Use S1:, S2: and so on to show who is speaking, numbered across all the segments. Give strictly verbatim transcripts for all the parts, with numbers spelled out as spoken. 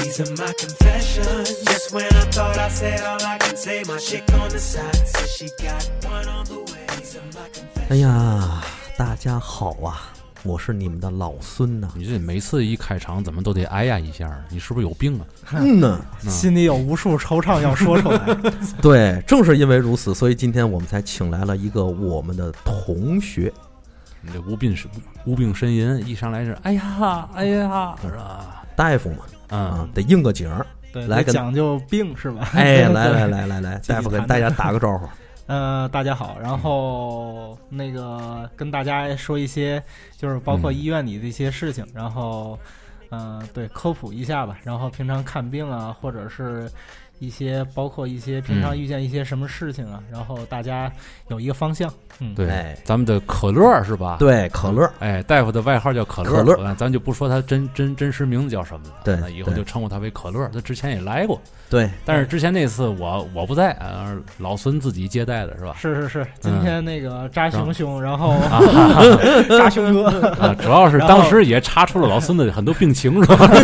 S1: These are my confessions. Just when I thought I said all I can say, my chick on the side says she got one on the way. These are my confessions.
S2: 哎呀，大家好啊，我是你们的老孙呐。
S3: 你这每次一开场怎么都得哎呀一下，你是不是有病啊？
S2: 嗯呢，
S4: 心里有无数惆怅要说出来。
S2: 对，正是因为如此，所以今天我们才请来了一个我们的同学。
S3: 你这无病无病呻吟，一上来是哎呀哎呀，是吧？
S2: 大夫嘛，
S3: 嗯、
S2: 啊，得应个景儿。
S4: 对，
S2: 来跟
S4: 讲究病是吧？
S2: 哎，来来来来来，大夫跟大家打个招呼。
S4: 呃，大家好，然后那个跟大家说一些，就是包括医院里的一些事情，嗯、然后，呃，对，科普一下吧。然后平常看病啊，或者是一些包括一些平常遇见一些什么事情啊，嗯、然后大家有一个方向。嗯，
S3: 对，
S2: 哎、
S3: 咱们的可乐是吧？
S2: 对，可乐。
S3: 哎，大夫的外号叫可乐，
S2: 可乐，
S3: 咱就不说他真真真实名字叫什么了。
S2: 对，
S3: 那以后就称呼他为可乐。他之前也来过。
S2: 对，
S3: 但是之前那次我我不在，呃，老孙自己接待的是吧？
S4: 是是是，今天那个扎熊兄，
S3: 嗯、
S4: 然后扎熊哥
S3: 啊，主要是当时也查出了老孙的很多病情，是吧？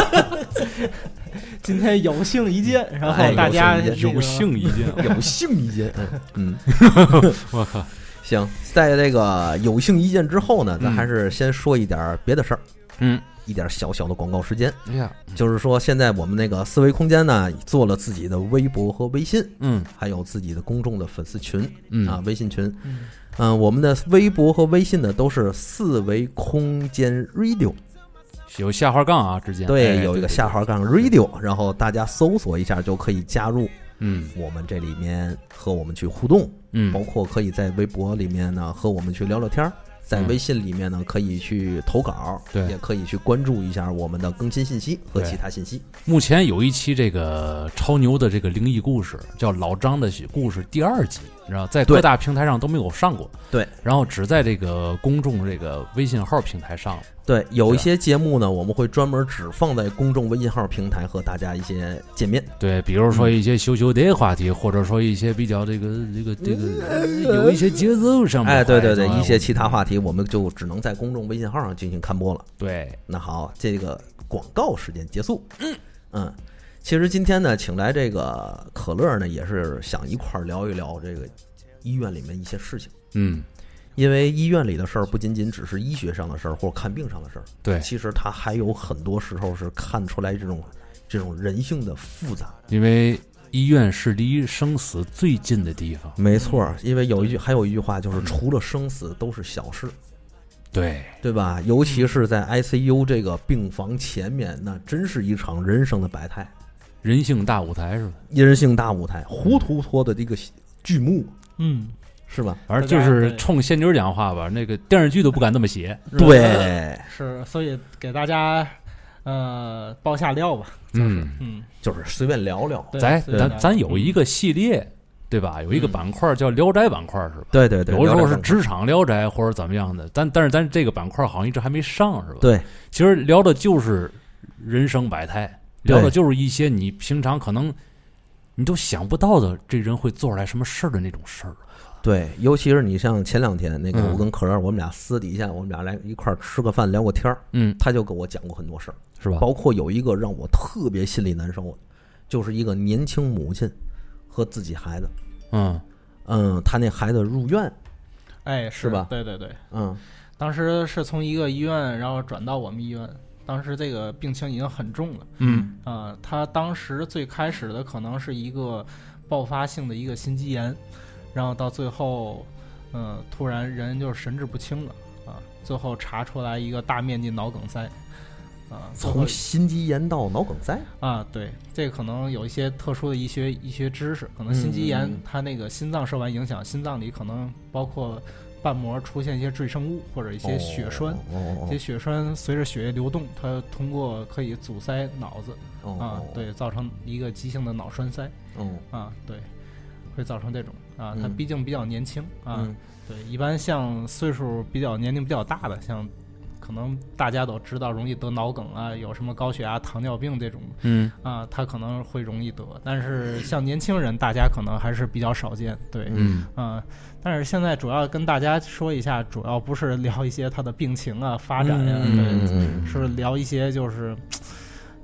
S4: 今天有幸一见，然后大家、
S2: 哎、
S3: 有幸一见，
S2: 有幸一见，嗯，
S3: 我靠，
S2: 行，在这个有幸一见之后呢，咱还是先说一点别的事儿，
S3: 嗯。
S2: 一点小小的广告时间，
S3: 哎呀，
S2: 就是说现在我们那个思维空间呢，做了自己的微博和微信，
S3: 嗯，
S2: 还有自己的公众的粉丝群，
S3: 嗯
S2: 啊，微信群，
S4: 嗯、
S2: 呃，我们的微博和微信呢都是四维空间 radio，
S3: 有下划杠啊，之间
S2: 对，
S3: 哎、
S2: 有一个下划杠 radio， 然后大家搜索一下就可以加入，
S3: 嗯，
S2: 我们这里面和我们去互动，
S3: 嗯，
S2: 包括可以在微博里面呢和我们去聊聊天。在微信里面呢，可以去投稿，
S3: 对，
S2: 也可以去关注一下我们的更新信息和其他信息。
S3: 目前有一期这个超牛的这个灵异故事，叫老张的故事第二集，然后在各大平台上都没有上过，
S2: 对，
S3: 然后只在这个公众这个微信号平台上。
S2: 对，有一些节目呢，我们会专门只放在公众微信号平台和大家一些见面。
S3: 对，比如说一些羞羞的话题，嗯、或者说一些比较这个这个这个、呃、有一些节奏上面，
S2: 哎，对对对，一些其他话题，我们就只能在公众微信号上进行刊播了。
S3: 对，
S2: 那好，这个广告时间结束。嗯嗯，其实今天呢，请来这个可乐呢，也是想一块聊一聊这个医院里面一些事情。
S3: 嗯。
S2: 因为医院里的事儿不仅仅只是医学上的事儿或者看病上的事儿，
S3: 对，
S2: 其实它还有很多时候是看出来这种这种人性的复杂。
S3: 因为医院是离生死最近的地方。
S2: 没错，因为有一句还有一句话就是，除了生死都是小事。
S3: 对，
S2: 对吧？尤其是在 I C U 这个病房前面，那真是一场人生的百态，
S3: 人性大舞台是吧？
S2: 人性大舞台，糊涂脱的这个剧目，
S4: 嗯。
S2: 是吧？
S3: 反正就是冲仙女讲话吧，那个电视剧都不敢这么写。
S2: 对，
S4: 是，所以给大家呃爆下料吧。就是、
S3: 嗯
S4: 嗯，
S2: 就是随便聊聊。
S3: 咱咱咱有一个系列，对吧？有一个板块叫《聊斋》板块，是吧？
S2: 对对对，
S3: 有时候是职场聊斋或者怎么样的，但但是咱这个板块好像一直还没上，是吧？
S2: 对，
S3: 其实聊的就是人生百态，聊的就是一些你平常可能你都想不到的，这人会做出来什么事儿的那种事儿。
S2: 对，尤其是你像前两天那个，我跟可乐，我们俩私底下，我们俩来一块儿吃个饭，聊过天儿。
S3: 嗯，
S2: 他就跟我讲过很多事儿，
S3: 是吧？
S2: 包括有一个让我特别心里难受的，就是一个年轻母亲和自己孩子。
S3: 嗯
S2: 嗯，他那孩子入院，
S4: 哎，
S2: 是吧？
S4: 对对对，
S2: 嗯，
S4: 当时是从一个医院，然后转到我们医院。当时这个病情已经很重了。
S3: 嗯
S4: 啊、呃，他当时最开始的可能是一个爆发性的一个心肌炎。然后到最后，嗯、呃，突然人就神志不清了啊！最后查出来一个大面积脑梗塞，啊，
S2: 从心肌炎到脑梗塞
S4: 啊，对，这个可能有一些特殊的医学医学知识，可能心肌炎、嗯、它那个心脏受完影响，心脏里可能包括瓣膜出现一些赘生物或者一些血栓，
S2: 哦、
S4: 这些血栓随着血液流动，它通过可以阻塞脑子，
S2: 哦、
S4: 啊，对，造成一个急性的脑栓塞，
S2: 哦、
S4: 啊，对。会造成这种啊，他
S2: 嗯
S4: 毕竟比较年轻、
S2: 嗯、
S4: 啊，对，一般像岁数比较年龄比较大的，像可能大家都知道容易得脑梗啊，有什么高血压、糖尿病这种，
S3: 嗯
S4: 啊，他可能会容易得，但是像年轻人，大家可能还是比较少见，对，
S3: 嗯
S4: 啊，但是现在主要跟大家说一下，主要不是聊一些他的病情啊、发展呀、啊，
S2: 嗯、
S4: 对，是聊一些就是。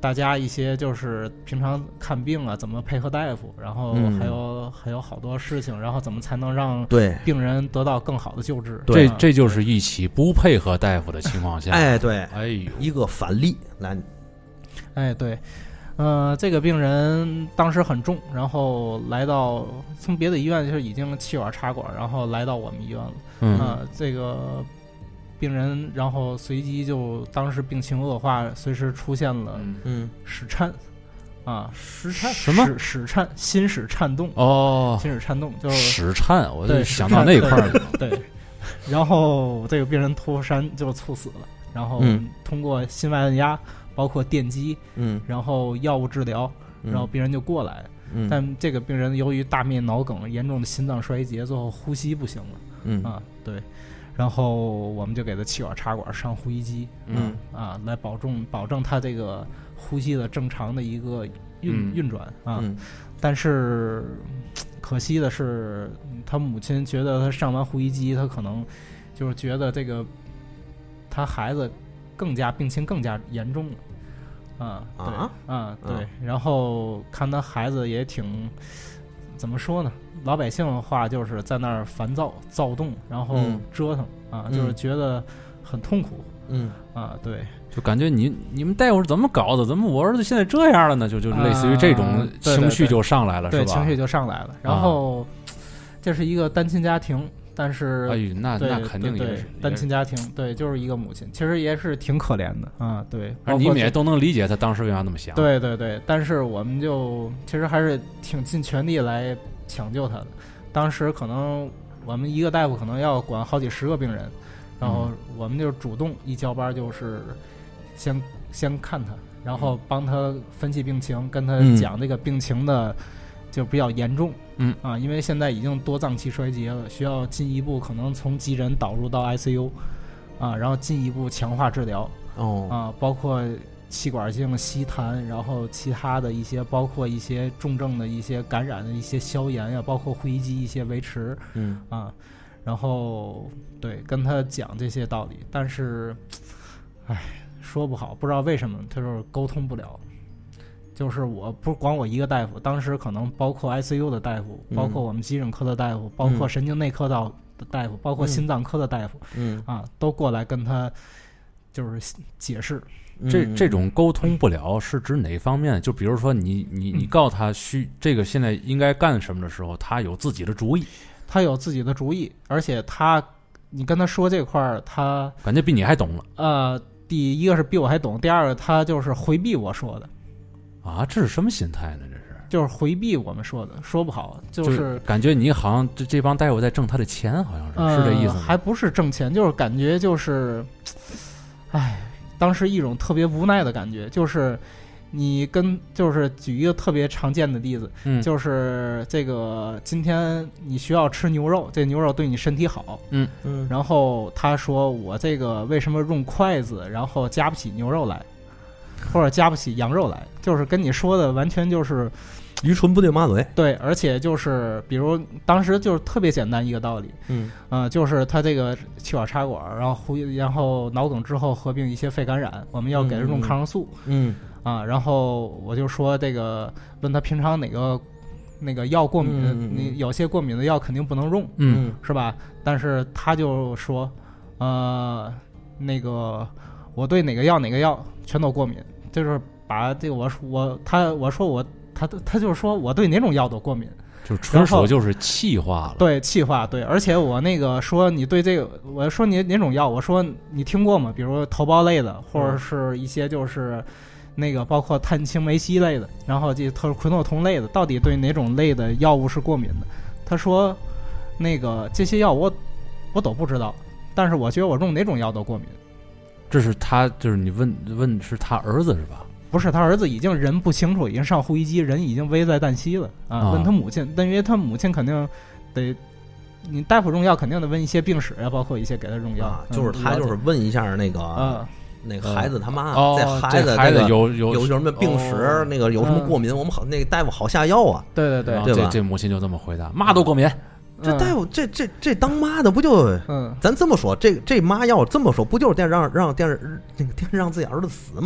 S4: 大家一些就是平常看病啊，怎么配合大夫，然后还有、嗯、还有好多事情，然后怎么才能让病人得到更好的救治。
S3: 这这就是一起不配合大夫的情况下，
S2: 哎，对，
S3: 哎呦，
S2: 一个反例来，
S4: 哎，对。呃，这个病人当时很重，然后来到从别的医院就是已经气管插管，然后来到我们医院了。
S3: 嗯，
S4: 呃，这个病人然后随即就当时病情恶化，随时出现了
S2: 嗯
S4: 室颤，啊，
S2: 室颤
S3: 什么
S4: 室颤，心室颤动
S3: 哦，
S4: 心室颤动就是
S3: 室颤，我就想到那块儿
S4: 了。对，对然后这个病人突然就猝死了，然后通过心外按压。包括电击，
S2: 嗯，
S4: 然后药物治疗，然后病人就过来。
S2: 嗯，
S4: 但这个病人由于大面脑梗、严重的心脏衰竭，最后呼吸不行了。
S2: 嗯
S4: 啊，对，然后我们就给他气管插管上呼吸机，
S2: 嗯
S4: 啊，来保证保证他这个呼吸的正常的一个运、
S3: 嗯、
S4: 运转啊。
S2: 嗯、
S4: 但是可惜的是，他母亲觉得他上完呼吸机，他可能就是觉得这个他孩子。更加病情更加严重了，啊，对，
S2: 啊，
S4: 啊，对，然后看他孩子也挺，怎么说呢？老百姓的话就是在那儿烦躁、躁动，然后折腾、
S2: 嗯、
S4: 啊，就是觉得很痛苦，
S2: 嗯，
S4: 啊，对，
S3: 就感觉你你们大夫是怎么搞的？怎么我儿子现在这样了呢？就就类似于这种情绪就上来了，
S4: 啊、对对对
S3: 是吧？
S4: 情绪就上来了。然后、啊、这是一个单亲家庭。但是，
S3: 哎呦，那那肯定也是
S4: 单亲家庭，对，就是一个母亲，其实也是挺可怜的啊。对，
S3: 而你们也都能理解他当时为啥那么想。
S4: 对对对，但是我们就其实还是挺尽全力来抢救他的。当时可能我们一个大夫可能要管好几十个病人，然后我们就主动一交班，就是先先看他，然后帮他分析病情，跟他讲这个病情的。就比较严重，
S3: 嗯
S4: 啊，因为现在已经多脏器衰竭了，需要进一步可能从急诊导入到 I C U， 啊，然后进一步强化治疗，
S2: 哦，
S4: 啊，包括气管镜、吸痰，然后其他的一些，包括一些重症的一些感染的一些消炎呀，包括呼吸机一些维持，
S2: 嗯
S4: 啊，然后对跟他讲这些道理，但是，唉，说不好，不知道为什么他就是沟通不了。就是我不光我一个大夫，当时可能包括 I C U 的大夫，包括我们急诊科的大夫，
S2: 嗯、
S4: 包括神经内科的大夫，包括心脏科的大夫，
S2: 嗯
S4: 啊，都过来跟他就是解释。
S3: 这这种沟通不了是指哪方面？就比如说你你你告诉他需这个现在应该干什么的时候，他有自己的主意，
S4: 他有自己的主意，而且他你跟他说这块儿，他
S3: 感觉比你还懂了。
S4: 呃，第一个是比我还懂，第二个他就是回避我说的。
S3: 啊，这是什么心态呢？这是
S4: 就是回避我们说的，说不好就是、
S3: 就是、感觉你好像这这帮大夫在挣他的钱，好像是、呃、是这意思吗？
S4: 还不是挣钱，就是感觉就是，哎，当时一种特别无奈的感觉，就是你跟就是举一个特别常见的例子，
S3: 嗯，
S4: 就是这个今天你需要吃牛肉，这牛肉对你身体好，
S3: 嗯
S2: 嗯，
S4: 然后他说我这个为什么用筷子，然后夹不起牛肉来。或者夹不起羊肉来，就是跟你说的完全就是
S2: 愚蠢不对马嘴。
S4: 对，而且就是比如当时就是特别简单一个道理，
S2: 嗯，
S4: 呃，就是他这个气管插管，然后呼，然后脑梗之后合并一些肺感染，我们要给他用抗生素，
S2: 嗯
S4: 啊，然后我就说这个问他平常哪个那个药过敏，
S2: 嗯、
S4: 你有些过敏的药肯定不能用，
S3: 嗯，
S4: 是吧？但是他就说，呃，那个我对哪个药哪个药全都过敏。就是把这个我我他我说我他他就是说我对哪种药都过敏，
S3: 就纯属就是气化了。
S4: 对，气化对，而且我那个说你对这个，我说你哪种药，我说你听过吗？比如头孢类的，或者是一些就是那个包括碳青霉烯类的，然后这特喹诺酮类的，到底对哪种类的药物是过敏的？他说那个这些药我我都不知道，但是我觉得我用哪种药都过敏。
S3: 这是他，就是你问问是他儿子是吧？
S4: 不是，他儿子已经人不清楚，已经上呼吸机，人已经危在旦夕了啊！
S3: 啊
S4: 问他母亲，但因为他母亲肯定得，你大夫用药肯定得问一些病史呀，包括一些给他用药。
S2: 啊、就是他就是问一下那个、
S4: 嗯、
S2: 那个孩子他妈，
S3: 哦、
S2: 这孩子
S3: 孩子有
S2: 有有什么病史、哦，那个有什么过敏，嗯、我们好那个大夫好下药啊。
S4: 对对对，
S2: 对吧？
S3: 这这母亲就这么回答，嘛都过敏。
S2: 这大夫，这这这当妈的不就？
S4: 嗯，
S2: 咱这么说，这这妈要这么说，不就是电让让电视那个电视让自己儿子死吗？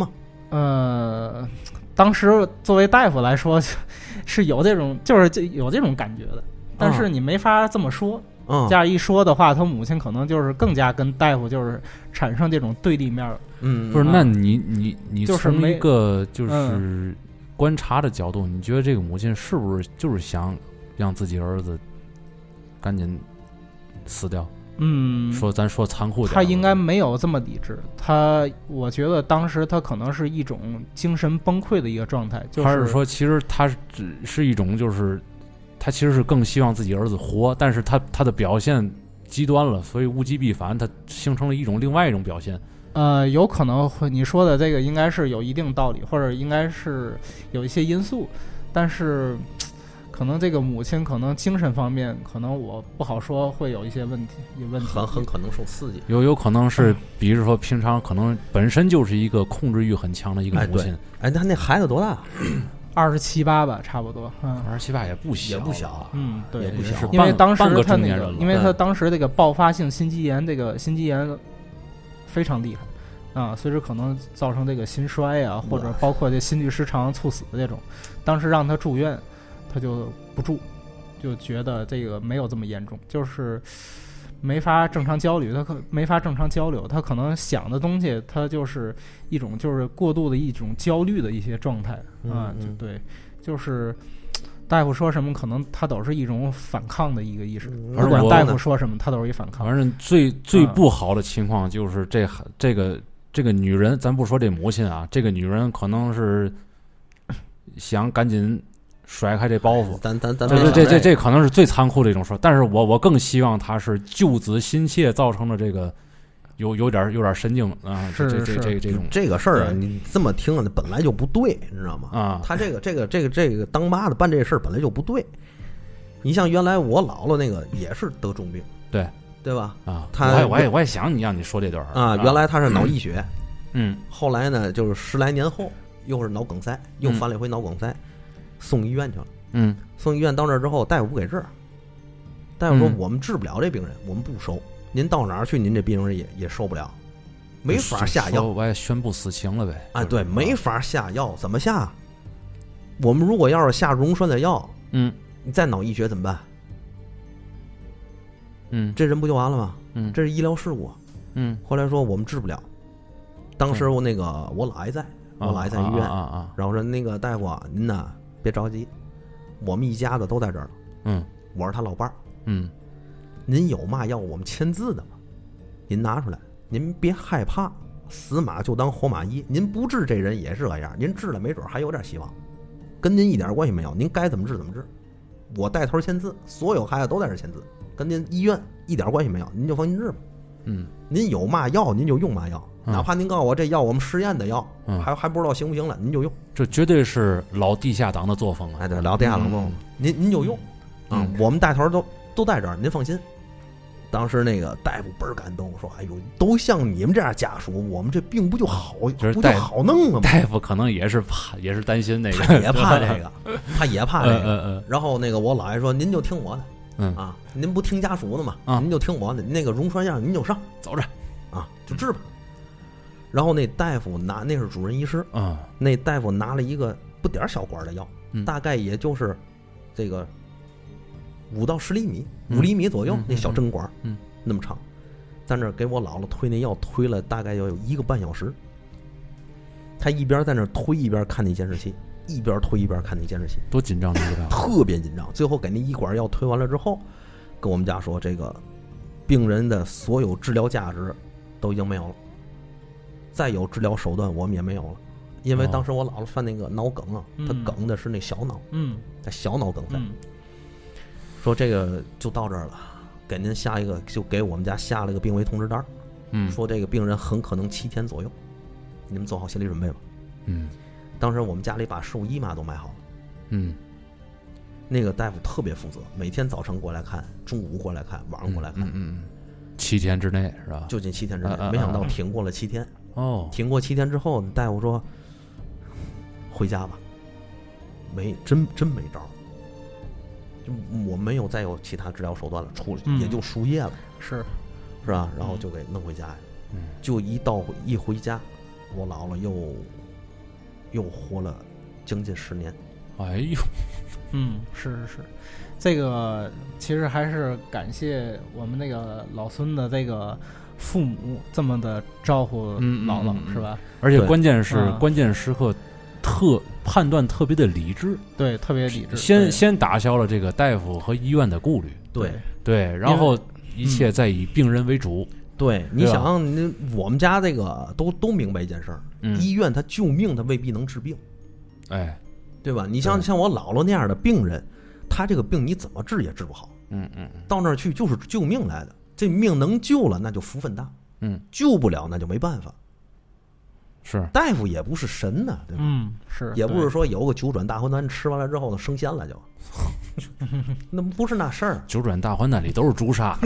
S4: 呃，当时作为大夫来说，是有这种就是有这种感觉的，但是你没法这么说。
S2: 嗯，
S4: 这样一说的话，他母亲可能就是更加跟大夫就是产生这种对立面了。
S2: 嗯，
S3: 不是，那你你你从
S4: 就是没
S3: 一个就是
S4: 嗯
S3: 观察的角度，你觉得这个母亲是不是就是想让自己儿子赶紧死掉？
S4: 嗯，
S3: 说咱说残酷点，
S4: 他应该没有这么理智。他，我觉得当时他可能是一种精神崩溃的一个状态，就是
S3: 还是说其实他只是一种就是他其实是更希望自己儿子活，但是他他的表现极端了，所以物极必反，他形成了一种另外一种表现。
S4: 呃，有可能会你说的这个应该是有一定道理，或者应该是有一些因素，但是可能这个母亲可能精神方面可能我不好说，会有一些问题，有问题，
S2: 很很可能受刺激。
S3: 有有可能是，比如说平常可能本身就是一个控制欲很强的一个母亲。
S2: 哎，他那孩子多大？
S4: 二十七八吧，差不多。嗯，
S3: 二十七八也不小，
S2: 也不小。
S4: 嗯，对，
S2: 也不小。
S4: 因为当时
S3: 半个
S4: 他那个，
S3: 中年人了，
S4: 因为他当时这个爆发性心肌炎，这个心肌炎非常厉害啊，随时可能造成这个心衰啊，或者包括这心律失常猝死的这种。当时让他住院，他就不住。就觉得这个没有这么严重，就是没法正常交流，他可没法正常交流，他可能想的东西，他就是一种就是过度的一种焦虑的一些状态啊，就对，就是大夫说什么，可能他都是一种反抗的一个意识，不管大夫说什么，他都是一反抗。
S3: 反正最最不好的情况就是这这个这个女人，咱不说这母亲啊，这个女人可能是想赶紧甩开这包袱，
S2: 咱咱咱
S3: 这这这这可能是最残酷的一种说，但是我我更希望他是救子心切造成的这个有有点有点神经啊，这这这这这种
S2: 这个事儿啊，你这么听啊，本来就不对，你知道吗？
S3: 啊，
S2: 他这个这个这个这个当妈的办这事儿本来就不对。你像原来我姥姥那个也是得重病，
S3: 对
S2: 对吧？
S3: 啊，
S2: 他
S3: 我也我也我也想你让你说这段
S2: 啊，原来他是脑溢血，
S3: 嗯，
S2: 后来呢就是十来年后又是脑梗塞，又犯了一回脑梗塞。送医院去了，
S3: 嗯，
S2: 送医院到那儿之后，大夫不给治，大夫说我们治不了这病人，我们不收，您到哪儿去，您这病人也也受不了，没法下药，
S3: 我也宣布死刑了呗。
S2: 啊，对，没法下药，怎么下？我们如果要是下溶栓的药，
S3: 嗯，
S2: 你再脑溢血怎么办？
S3: 嗯，
S2: 这人不就完了吗？
S3: 嗯，
S2: 这是医疗事故。
S3: 嗯，
S2: 后来说我们治不了，当时我那个我姥爷在，我姥爷在医院，
S3: 啊啊，
S2: 然后说那个大夫啊，您呐别着急，我们一家子都在这儿呢。
S3: 嗯，
S2: 我是他老伴儿。
S3: 嗯，
S2: 您有嘛要我们签字的吗？您拿出来，您别害怕，死马就当活马医。您不治这人也是这样，您治了没准还有点希望，跟您一点关系没有。您该怎么治怎么治，我带头签字，所有孩子都在这签字，跟您医院一点关系没有，您就放心治吧。
S3: 嗯，
S2: 您有嘛药您就用嘛药。哪怕您告诉我这药我们实验的药，
S3: 嗯、
S2: 还还不知道行不行了，您就用。
S3: 这绝对是老地下党的作风啊！
S2: 哎，对，老地下党作风，您您就用啊、嗯！我们带头都都在这儿，您放心。当时那个大夫倍儿感动，说：“哎呦，都像你们这样家属，我们这病不就好，
S3: 就是
S2: 不就好弄了吗？”
S3: 大夫可能也是怕，也是担心那个，
S2: 他也怕这个，他也怕这个。
S3: 嗯嗯、
S2: 然后那个我姥爷说：“您就听我的，
S3: 嗯
S2: 啊，您不听家属的嘛，
S3: 啊、
S2: 您就听我的，那个溶栓药您就上，
S3: 走着
S2: 啊，就治吧。”然后那大夫拿，那是主任医师
S3: 啊，
S2: 那大夫拿了一个不点小管的药，
S3: 嗯、
S2: 大概也就是这个五到十厘米，五厘米左右、
S3: 嗯、
S2: 那小针管，
S3: 嗯，嗯
S2: 那么长，在那儿给我姥姥推那药，推了大概要有一个半小时。他一边在那儿推，一边看那监视器，一边推一边看那监视器，
S3: 多紧张，
S2: 特别紧张。最后给那一管药推完了之后，跟我们家说，这个病人的所有治疗价值都已经没有了。再有治疗手段我们也没有了，因为当时我姥姥犯那个脑梗啊，他、哦、梗的是那小脑，
S4: 嗯，
S2: 他小脑梗塞、
S4: 嗯，
S2: 说这个就到这儿了，给您下一个，就给我们家下了个病危通知单，
S3: 嗯，
S2: 说这个病人很可能七天左右，你们做好心理准备吧。
S3: 嗯，
S2: 当时我们家里把寿衣嘛都买好了，
S3: 嗯，
S2: 那个大夫特别负责，每天早晨过来看，中午过来看，晚上过来看，
S3: 嗯 嗯, 嗯，七天之内是吧？
S2: 就近七天之内，
S3: 啊啊啊
S2: 没想到挺过了七天。
S3: 哦，
S2: 挺过七天之后，大夫说回家吧，没真真没招，就我没有再有其他治疗手段了，除也就输液了，
S4: 是
S2: 是吧？然后就给弄回家呀。
S3: 嗯，
S2: 就一到一回家，我姥姥又又活了将近十年。
S3: 哎呦，
S4: 嗯，是是是，这个其实还是感谢我们那个老孙的这个父母这么的招呼姥姥，
S3: 嗯嗯嗯
S4: 是吧？
S3: 而且关键是、
S4: 嗯、
S3: 关键时刻特判断特别的理智，
S4: 对，特别理智，
S3: 先先打消了这个大夫和医院的顾虑，
S2: 对
S3: 对，然后一切再以病人为主。
S2: 嗯、对，你想，你我们家这个都都明白一件事儿、嗯，医院它救命，它未必能治病，
S3: 哎。
S2: 对吧？你像像我姥姥那样的病人，他这个病你怎么治也治不好。
S3: 嗯嗯，
S2: 到那儿去就是救命来的，这命能救了那就福分大，
S3: 嗯，
S2: 救不了那就没办法。
S3: 是，
S2: 大夫也不是神呢，对吧？
S4: 嗯，是，
S2: 也不是说有个九转大还丹吃完了之后呢升仙了就，那不是那事儿。
S3: 九转大还丹里都是朱砂，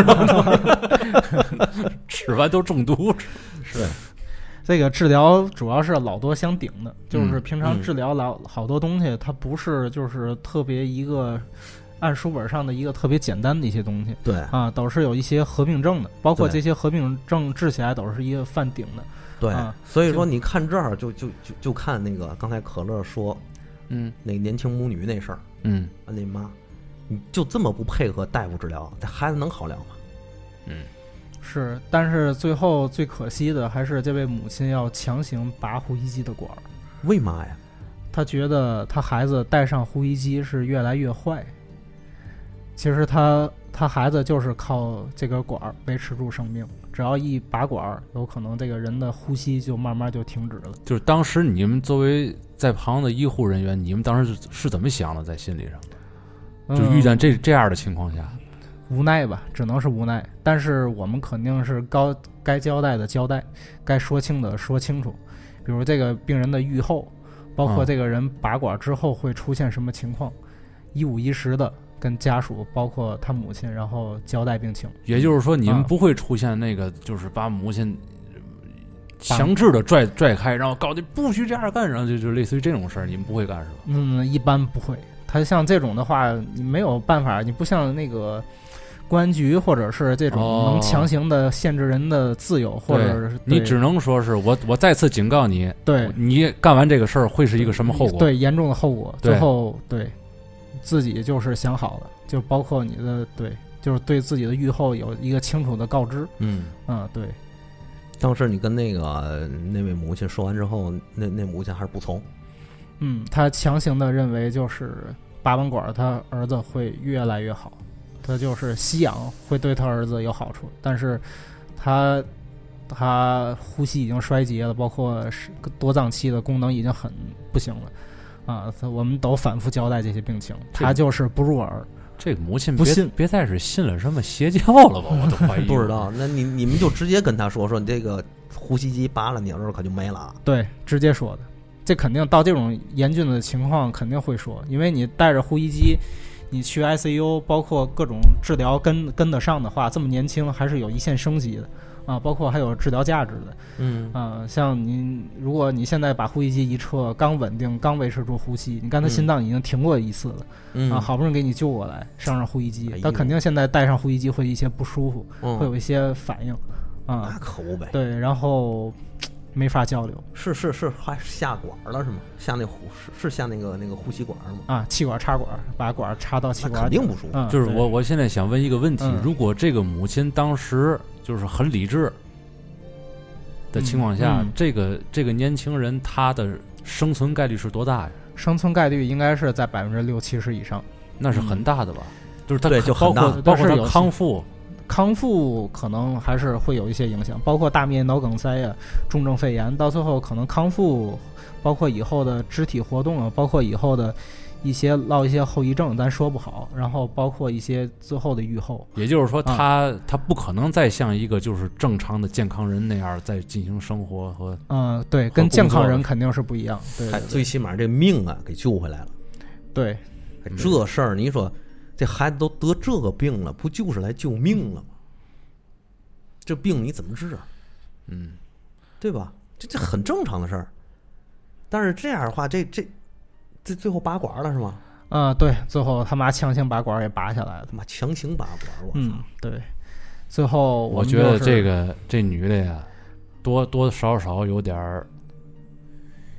S3: 吃完都中毒。
S2: 是。
S4: 这个治疗主要是老多相顶的，就是平常治疗老好多东西，它不是就是特别一个按书本上的一个特别简单的一些东西，
S2: 对
S4: 啊，都是有一些合并症的，包括这些合并症治起来都是一个犯顶的。
S2: 对，
S4: 啊、
S2: 所以说你看这儿就就就就看那个刚才可乐说，
S3: 嗯，
S2: 那个年轻母女那事儿，
S3: 嗯，
S2: 那妈，你就这么不配合大夫治疗，这孩子能好了吗？
S3: 嗯。
S4: 是，但是最后最可惜的还是这位母亲要强行拔呼吸机的管儿。
S2: 为嘛呀？
S4: 她觉得她孩子带上呼吸机是越来越坏。其实她她孩子就是靠这根管儿维持住生命，只要一拔管儿，有可能这个人的呼吸就慢慢就停止了。
S3: 就是当时你们作为在旁的医护人员，你们当时是怎么想的？在心理上，就遇见这、嗯、这样的情况下。
S4: 无奈吧，只能是无奈。但是我们肯定是高该交代的交代，该说清的说清楚。比如这个病人的预后，包括这个人拔管之后会出现什么情况，嗯、一五一十的跟家属，包括他母亲，然后交代病情。
S3: 也就是说，你们不会出现那个，就是把母亲强制的拽拽开，然后告诉你不许这样干，然后就就类似于这种事儿，你们不会干是吧？
S4: 嗯，一般不会。他像这种的话，你没有办法，你不像那个。公安局或者是这种能强行的限制人的自由，哦、或者是
S3: 你只能说是我我再次警告你，
S4: 对
S3: 你干完这个事儿会是一个什么后果？
S4: 对，严重的后果。最后对自己就是想好了，就包括你的对，就是对自己的预后有一个清楚的告知。
S2: 嗯
S4: 嗯，对。
S2: 当时你跟那个那位母亲说完之后，那那母亲还是不从。
S4: 嗯，他强行的认为就是拔完管，他儿子会越来越好。他就是吸氧会对他儿子有好处，但是他他呼吸已经衰竭了，包括多脏器的功能已经很不行了啊！我们都反复交代这些病情，他就是不入耳。
S3: 这个母亲
S4: 不信，
S3: 别再是信了什么邪教了吧？我都怀疑。
S2: 不知道，那你你们就直接跟他说说，你这个呼吸机拔了，你儿子可就没了。
S4: 对，直接说的，这肯定到这种严峻的情况肯定会说，因为你带着呼吸机。你去 I C U， 包括各种治疗跟跟得上的话，这么年轻还是有一线生机的啊，包括还有治疗价值的。
S2: 嗯
S4: 啊，像您，如果你现在把呼吸机一撤，刚稳定，刚维持住呼吸，你看他心脏已经停过一次了，
S2: 嗯、
S4: 啊，好不容易给你救过来，上上呼吸机，
S2: 哎、
S4: 他肯定现在带上呼吸机会一些不舒服，
S2: 嗯、
S4: 会有一些反应啊。
S2: 那可不呗。
S4: 对，然后。没法交流，
S2: 是是是，还下管了是吗？下那呼是是下那个那个呼吸管吗？
S4: 啊，气管插管，把管插到气管，
S2: 肯定不舒服。
S4: 嗯、
S3: 就是我我现在想问一个问题、
S4: 嗯：
S3: 如果这个母亲当时就是很理智的情况下，
S4: 嗯嗯、
S3: 这个这个年轻人他的生存概率是多大呀？
S4: 生存概率应该是在百分之六七十以上，
S3: 那是很大的吧？
S2: 嗯、
S3: 就是他
S2: 对，就
S3: 包括包括他康复。
S4: 康复可能还是会有一些影响，包括大面脑梗塞呀、重症肺炎，到最后可能康复，包括以后的肢体活动啊，包括以后的一些落一些后遗症，咱说不好。然后包括一些最后的预后，
S3: 也就是说他，
S4: 嗯、
S3: 他不可能再像一个就是正常的健康人那样再进行生活和
S4: 嗯，对，跟健康人肯定是不一样。对，对，对，
S2: 最起码这命啊给救回来了。
S4: 对，
S2: 这事儿你说。这孩子都得这个病了，不就是来救命了吗？这病你怎么治啊？
S3: 嗯，
S2: 对吧？这这很正常的事儿。但是这样的话，这这这最后拔管了是吗？
S4: 啊、呃，对，最后他妈强行把管也拔下来了。
S2: 他妈强行拔管，我操！
S4: 嗯，对。最后我，
S3: 我觉得这个这女的呀，多多少少有点儿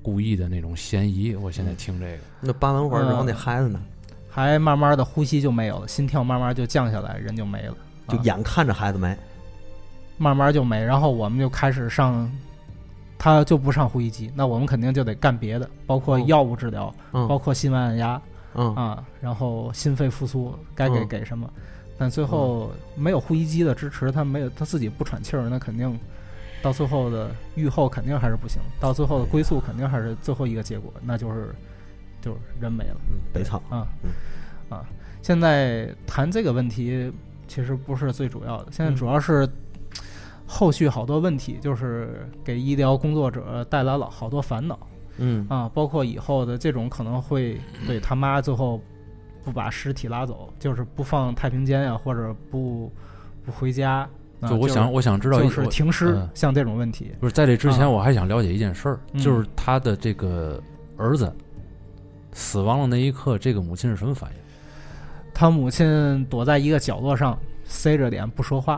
S3: 故意的那种嫌疑。我现在听这个，
S2: 那拔完管之后那孩子呢？
S4: 还慢慢的呼吸就没有了，心跳慢慢就降下来，人就没了，
S2: 就眼看着孩子没，
S4: 啊、慢慢就没。然后我们就开始上，他就不上呼吸机，那我们肯定就得干别的，包括药物治疗，
S2: 嗯、
S4: 包括心外按压，
S2: 嗯
S4: 啊，然后心肺复苏该给给什么。嗯、但最后没有呼吸机的支持，他没有他自己不喘气儿，那肯定到最后的愈后肯定还是不行，到最后的归宿肯定还是最后一个结果，那就是就是人没了，
S2: 嗯，悲惨
S4: 啊，
S2: 嗯
S4: 啊。现在谈这个问题其实不是最主要的，现在主要是后续好多问题，就是给医疗工作者带来了好多烦恼，
S2: 嗯
S4: 啊，包括以后的这种可能会对他妈最后不把尸体拉走，就是不放太平间呀，或者不不回家。啊、
S3: 就我想、
S4: 就是、
S3: 我想知道
S4: 就是停尸、
S3: 嗯、
S4: 像这种问题。
S3: 不是在这之前，
S4: 啊、
S3: 我还想了解一件事儿、
S4: 嗯，
S3: 就是他的这个儿子死亡的那一刻，这个母亲是什么反应？
S4: 他母亲躲在一个角落上，塞着脸不说话，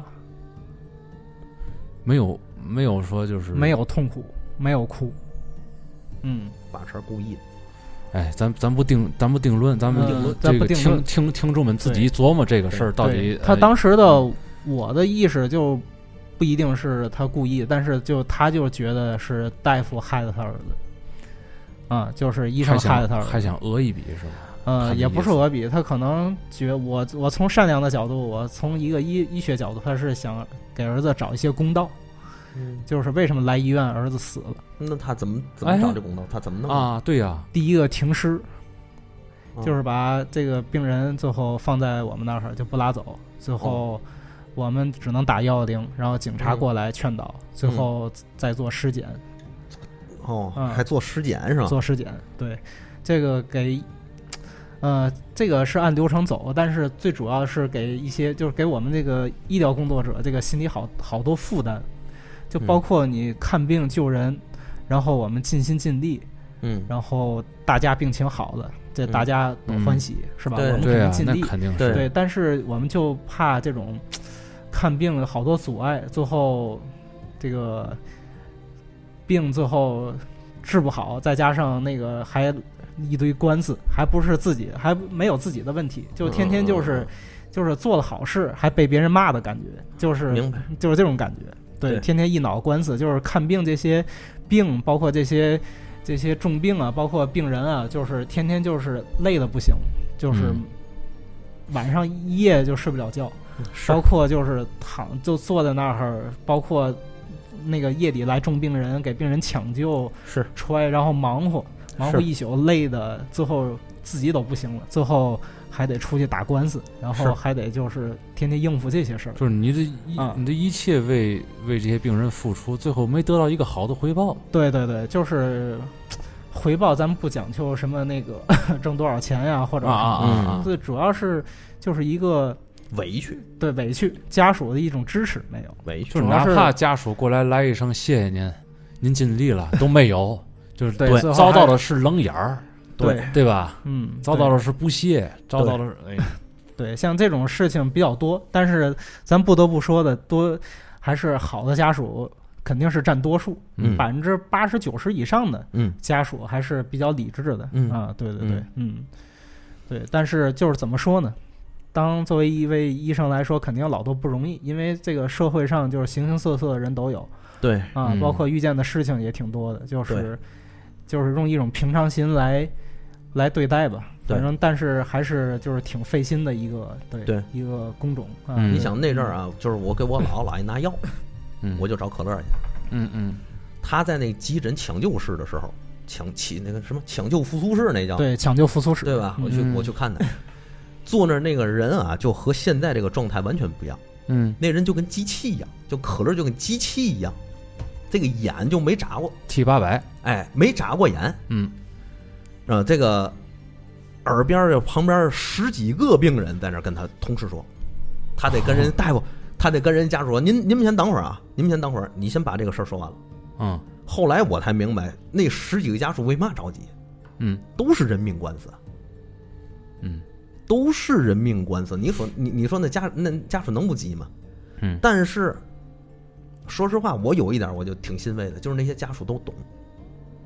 S3: 没有没有说就是
S4: 没有痛苦，没有哭，嗯，
S2: 把持故意的。
S3: 哎，咱咱不定，咱不定论，咱们
S4: 嗯、
S3: 这个听听听众们自己琢磨这个事儿到底。
S4: 他当时的、呃、我的意识就不一定是他故意，但是就他就觉得是大夫害了他儿子，啊，就是医生害了他儿子，
S3: 还想讹一笔是吧？
S4: 呃，也不是讹笔，他可能觉我我从善良的角度，我从一个医医学角度，他是想给儿子找一些公道。
S2: 嗯，
S4: 就是为什么来医院儿子死了？
S2: 那他怎么怎么找这公道？哎、他怎么弄
S3: 啊？对呀、啊，
S4: 第一个停尸，
S2: 啊、
S4: 就是把这个病人最后放在我们那儿就不拉走，最后我们只能打幺幺零，然后警察过来劝导，嗯、最后再做尸检。
S2: 哦，
S4: 嗯、
S2: 还做尸检是吧？
S4: 做尸检，对，这个给。呃，这个是按流程走，但是最主要是给一些，就是给我们这个医疗工作者这个心里好好多负担，就包括你看病救人，嗯、然后我们尽心尽力，
S2: 嗯，
S4: 然后大家病情好了，这大家都欢喜，
S3: 嗯、
S4: 是吧？
S2: 对
S4: 我们肯定尽力，
S3: 对、啊、肯定是
S4: 对，对，但是我们就怕这种看病有好多阻碍，最后这个病最后治不好，再加上那个还。一堆官司，还不是自己，还没有自己的问题，就天天就是，
S2: 嗯、
S4: 就是做了好事还被别人骂的感觉，就是
S2: 明白，
S4: 就是这种感觉。对，
S2: 对
S4: 天天一脑官司，就是看病这些病，包括这些这些重病啊，包括病人啊，就是天天就是累的不行，就是晚上一夜就睡不了觉，
S2: 嗯、
S4: 包括就是躺就坐在那儿，包括那个夜里来重病人给病人抢救，
S2: 是
S4: 揣，然后忙活。忙活一宿，累的最后自己都不行了，最后还得出去打官司，然后还得就是天天应付这些事儿。
S3: 就是你的一、啊、你的一切为为这些病人付出，最后没得到一个好的回报。
S4: 对对对，就是回报，咱们不讲究什么那个挣多少钱呀，或者
S3: 啊，
S4: 最主要是就是一个
S2: 委屈，
S4: 对委屈家属的一种支持，没有
S2: 委屈，
S3: 就是哪怕家属过来来一声谢谢您，您尽力了都没有。就是对，遭到的是冷眼儿，
S4: 对
S3: 对吧？
S4: 嗯，
S3: 遭到的是不屑，遭到的是哎，
S4: 对，像这种事情比较多，但是咱不得不说的多，还是好的家属肯定是占多数，百分之八十九十以上的家属还是比较理智的，
S2: 嗯
S4: 啊，对对对，嗯，对，但是就是怎么说呢？当作为一位医生来说，肯定老多不容易，因为这个社会上就是形形色色的人都有，
S2: 对
S4: 啊，
S3: 嗯、
S4: 包括遇见的事情也挺多的，就是。就是用一种平常心来来对待吧，反正但是还是就是挺费心的一个对
S2: 对
S4: 一个工种啊。
S3: 嗯、
S2: 你想那阵儿啊，就是我给我姥姥姥爷拿药，
S3: 嗯，
S2: 我就找可乐去，
S3: 嗯嗯，
S2: 他在那急诊抢救室的时候，抢起那个什么抢救复苏室那叫
S4: 对抢救复苏室
S2: 对吧？我去、
S3: 嗯、
S2: 我去看他，坐那儿那个人啊，就和现在这个状态完全不一样，
S3: 嗯，
S2: 那人就跟机器一样，就可乐就跟机器一样。这个眼就没眨过
S3: ，T 八百，
S2: 哎，没眨过眼，
S3: 嗯，
S2: 呃，这个耳边儿旁边十几个病人在那跟他同时说，他得跟人、哦、大夫，他得跟人家属说，您您们先等会儿啊，您们先等会儿，你先把这个事儿说完了。
S3: 嗯，
S2: 后来我才明白，那十几个家属为嘛着急，
S3: 嗯，
S2: 都是人命官司，
S3: 嗯，
S2: 都是人命官司。你说你你说那家那家属能不急吗？
S3: 嗯，
S2: 但是。说实话，我有一点我就挺欣慰的，就是那些家属都懂，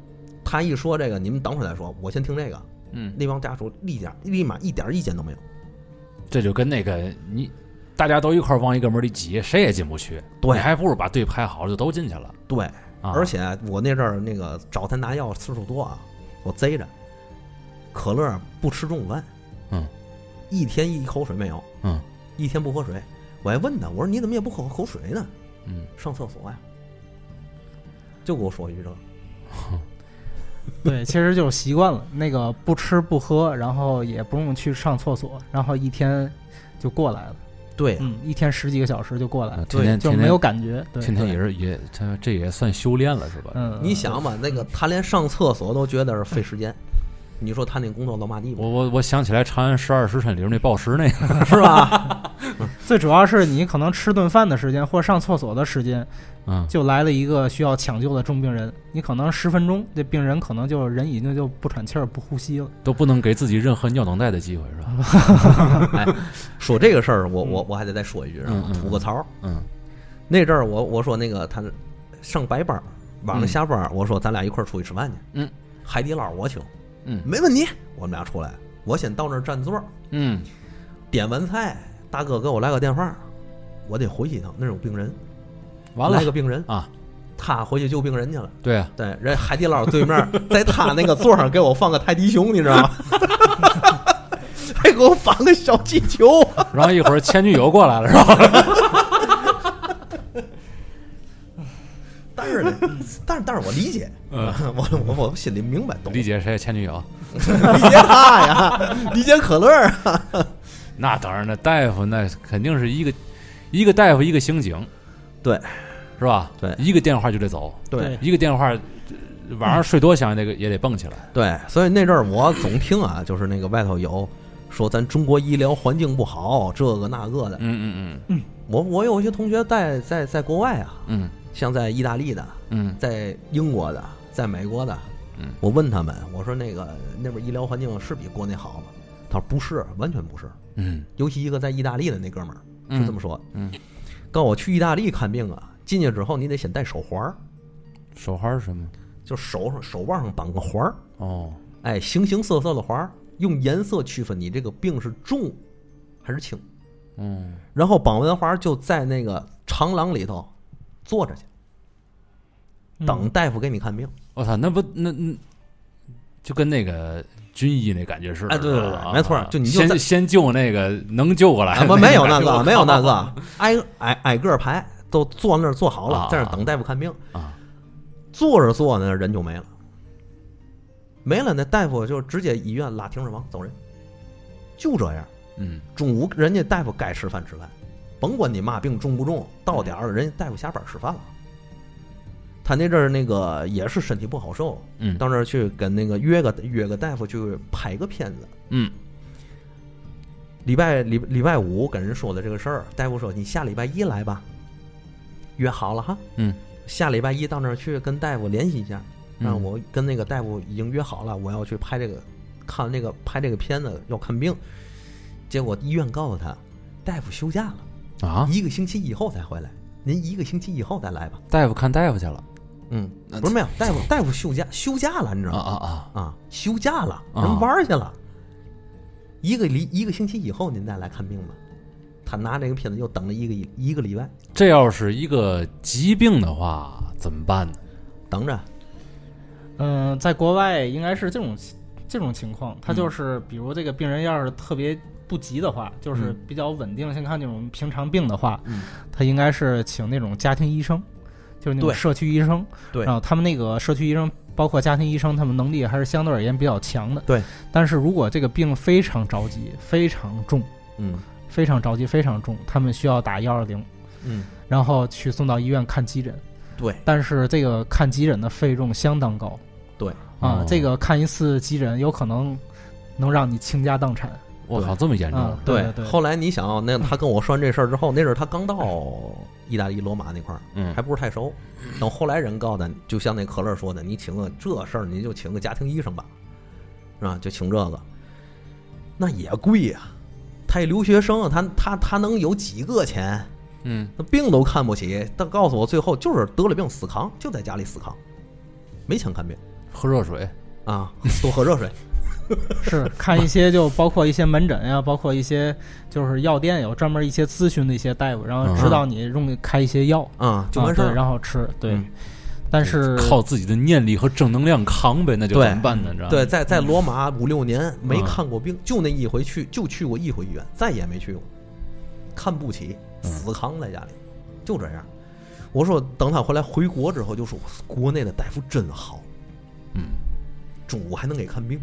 S2: 他一说这个，你们等会儿再说，我先听这个。
S3: 嗯，
S2: 那帮家属立点立马一点意见都没有。
S3: 这就跟那个你大家都一块往一个门里挤，谁也进不去。
S2: 对，
S3: 你还不如把队排好了，就都进去了。
S2: 对，
S3: 啊、
S2: 而且我那阵儿那个找他拿药次数多啊，我贼着。可乐不吃中午饭，
S3: 嗯，
S2: 一天一口水没有，
S3: 嗯，
S2: 一天不喝水。我还问他，我说你怎么也不喝口水呢？
S3: 嗯，
S2: 上厕所呀。就给我说一句这个。
S4: 对，其实就是习惯了，那个不吃不喝，然后也不用去上厕所，然后一天就过来了。
S2: 对，
S4: 嗯，一天十几个小时就过来了，
S3: 天天
S4: 就没有感觉。对，
S3: 天天也是也，他这也算修炼了，是吧？
S4: 嗯，
S2: 你想吧，那个他连上厕所都觉得是费时间，你说他那工作到嘛地步？
S3: 我我我想起来《长安十二时辰》里边那暴食那个，
S2: 是吧？
S4: 最主要是你可能吃顿饭的时间或上厕所的时间，
S3: 嗯，
S4: 就来了一个需要抢救的重病人，你可能十分钟，这病人可能就人已经就不喘气儿、不呼吸了，
S3: 都不能给自己任何尿等待的机会，是吧？
S2: 哎，说这个事儿，我我我还得再说一句，
S3: 嗯嗯，
S2: 吐个槽。
S3: 嗯，
S2: 那阵儿我我说那个他上白班，晚上下班，我说咱俩一块儿出去吃饭去。
S3: 嗯，
S2: 海底捞我请。
S3: 嗯，
S2: 没问题，我们俩出来，我先到那儿占座。
S3: 嗯，
S2: 点完菜，大哥给我来个电话，我得回去一趟，那儿有病人。
S3: 完了，
S2: 来个病人
S3: 啊，
S2: 他回去救病人去了。
S3: 对啊，
S2: 对，人海底捞对面，在他那个座上给我放个泰迪熊，你知道吗？还给我放个小气球。
S3: 然后一会儿前女友过来了，是吧？
S2: 但是呢，但是但是我理解，
S3: 嗯，
S2: 我我我心里明白，懂
S3: 理解谁前女友？
S2: 理解他呀，理解可乐啊。
S3: 那当然了，大夫那肯定是一个一个大夫一个刑警，
S2: 对，
S3: 是吧？
S2: 对，
S3: 一个电话就得走，
S2: 对，
S3: 一个电话晚上睡多香那个也得蹦起来。
S2: 对，所以那阵儿我总听啊，就是那个外头有说咱中国医疗环境不好，这个那个的。
S3: 嗯嗯嗯
S4: 嗯，
S2: 我我有一些同学在在在国外啊，
S3: 嗯，
S2: 像在意大利的，
S3: 嗯，
S2: 在英国的，在美国的，
S3: 嗯，
S2: 我问他们，我说那个那边医疗环境是比国内好吗？他说不是，完全不是。
S3: 嗯，
S2: 尤其一个在意大利的那哥们儿是这么说的。
S3: 嗯，
S2: 告我去意大利看病啊，进去之后你得先戴手环儿。
S3: 手环是什么？
S2: 就手上手腕上绑个环儿。
S3: 哦，
S2: 哎，形形色色的环儿，用颜色区分你这个病是重还是轻。
S3: 嗯，
S2: 然后绑完环儿就在那个长廊里头坐着去，等大夫给你看病。
S3: 我操，那不那那就跟那个军医那感觉似的。
S2: 哎，对对对，没错，就你就
S3: 先先救那个能救过来。
S2: 不，没有那个，没有那个，挨挨挨个排都坐那儿坐好了，在那等大夫看病
S3: 啊。
S2: 坐着坐呢，人就没了，没了，那大夫就直接医院拉停尸房走人，就这样。
S3: 嗯，
S2: 中午人家大夫该吃饭吃饭，甭管你嘛病重不重，到点儿了人家大夫下班吃饭了。他那阵儿那个也是身体不好受，
S3: 嗯，
S2: 到那儿去跟那个约个约个大夫去拍个片子，
S3: 嗯，
S2: 礼拜礼礼拜五跟人说的这个事儿，大夫说你下礼拜一来吧，约好了哈，
S3: 嗯，
S2: 下礼拜一到那儿去跟大夫联系一下，让我跟那个大夫已经约好了，我要去拍这个看那个拍这个片子要看病，结果医院告诉他，大夫休假了
S3: 啊，
S2: 一个星期以后才回来，您一个星期以后再来吧。
S3: 大夫看大夫去了。
S2: 嗯，不是没有，大夫大夫休假休假了，你知道吗？
S3: 啊啊
S2: 啊啊，休假了，人玩去了。一个离一个星期以后您再来看病吧。他拿这个片子又等了一个一个礼拜。
S3: 这要是一个疾病的话，怎么办呢？
S2: 等着。
S4: 嗯，在国外应该是这种这种情况，他就是比如这个病人要是特别不急的话，就是比较稳定，像看这种平常病的话，
S2: 嗯，
S4: 他应该是请那种家庭医生。就是那种社区医生，
S2: 对，
S4: 然后他们那个社区医生，包括家庭医生，他们能力还是相对而言比较强的。
S2: 对，
S4: 但是如果这个病非常着急、非常重，
S2: 嗯，
S4: 非常着急、非常重，他们需要打幺二零，
S2: 嗯，
S4: 然后去送到医院看急诊。
S2: 对，
S4: 但是这个看急诊的费用相当高。
S2: 对，
S4: 啊，
S3: 哦、
S4: 这个看一次急诊有可能能让你倾家荡产。
S3: 我靠，这么严重、
S4: 啊？对对对。
S2: 后来你想，那他跟我说完这事儿之后，那阵他刚到意大利罗马那块儿，
S3: 嗯，
S2: 还不是太熟。等后来人告的，就像那可乐说的，你请个这事儿，你就请个家庭医生吧，是吧？就请这个，那也贵呀、啊。他一留学生，他他他能有几个钱？
S3: 嗯，
S2: 他病都看不起。他告诉我，最后就是得了病死扛，就在家里死扛，没钱看病。
S3: 喝热水
S2: 啊，多喝热水。
S4: 是看一些就包括一些门诊呀，包括一些就是药店有专门一些咨询的一些大夫，然后指导你用开一些药
S2: 啊，就完事儿，
S4: 然后吃。对，
S2: 嗯、
S4: 但是
S3: 靠自己的念力和正能量扛呗，那就怎么办呢？知道吗？
S2: 对，在在罗马五六年没看过病，嗯、就那一回去，就去过一回医院，再也没去过，看不起，死扛在家里，就这样。我说等他回来回国之后，就说国内的大夫真好，
S3: 嗯，
S2: 中午还能给看病。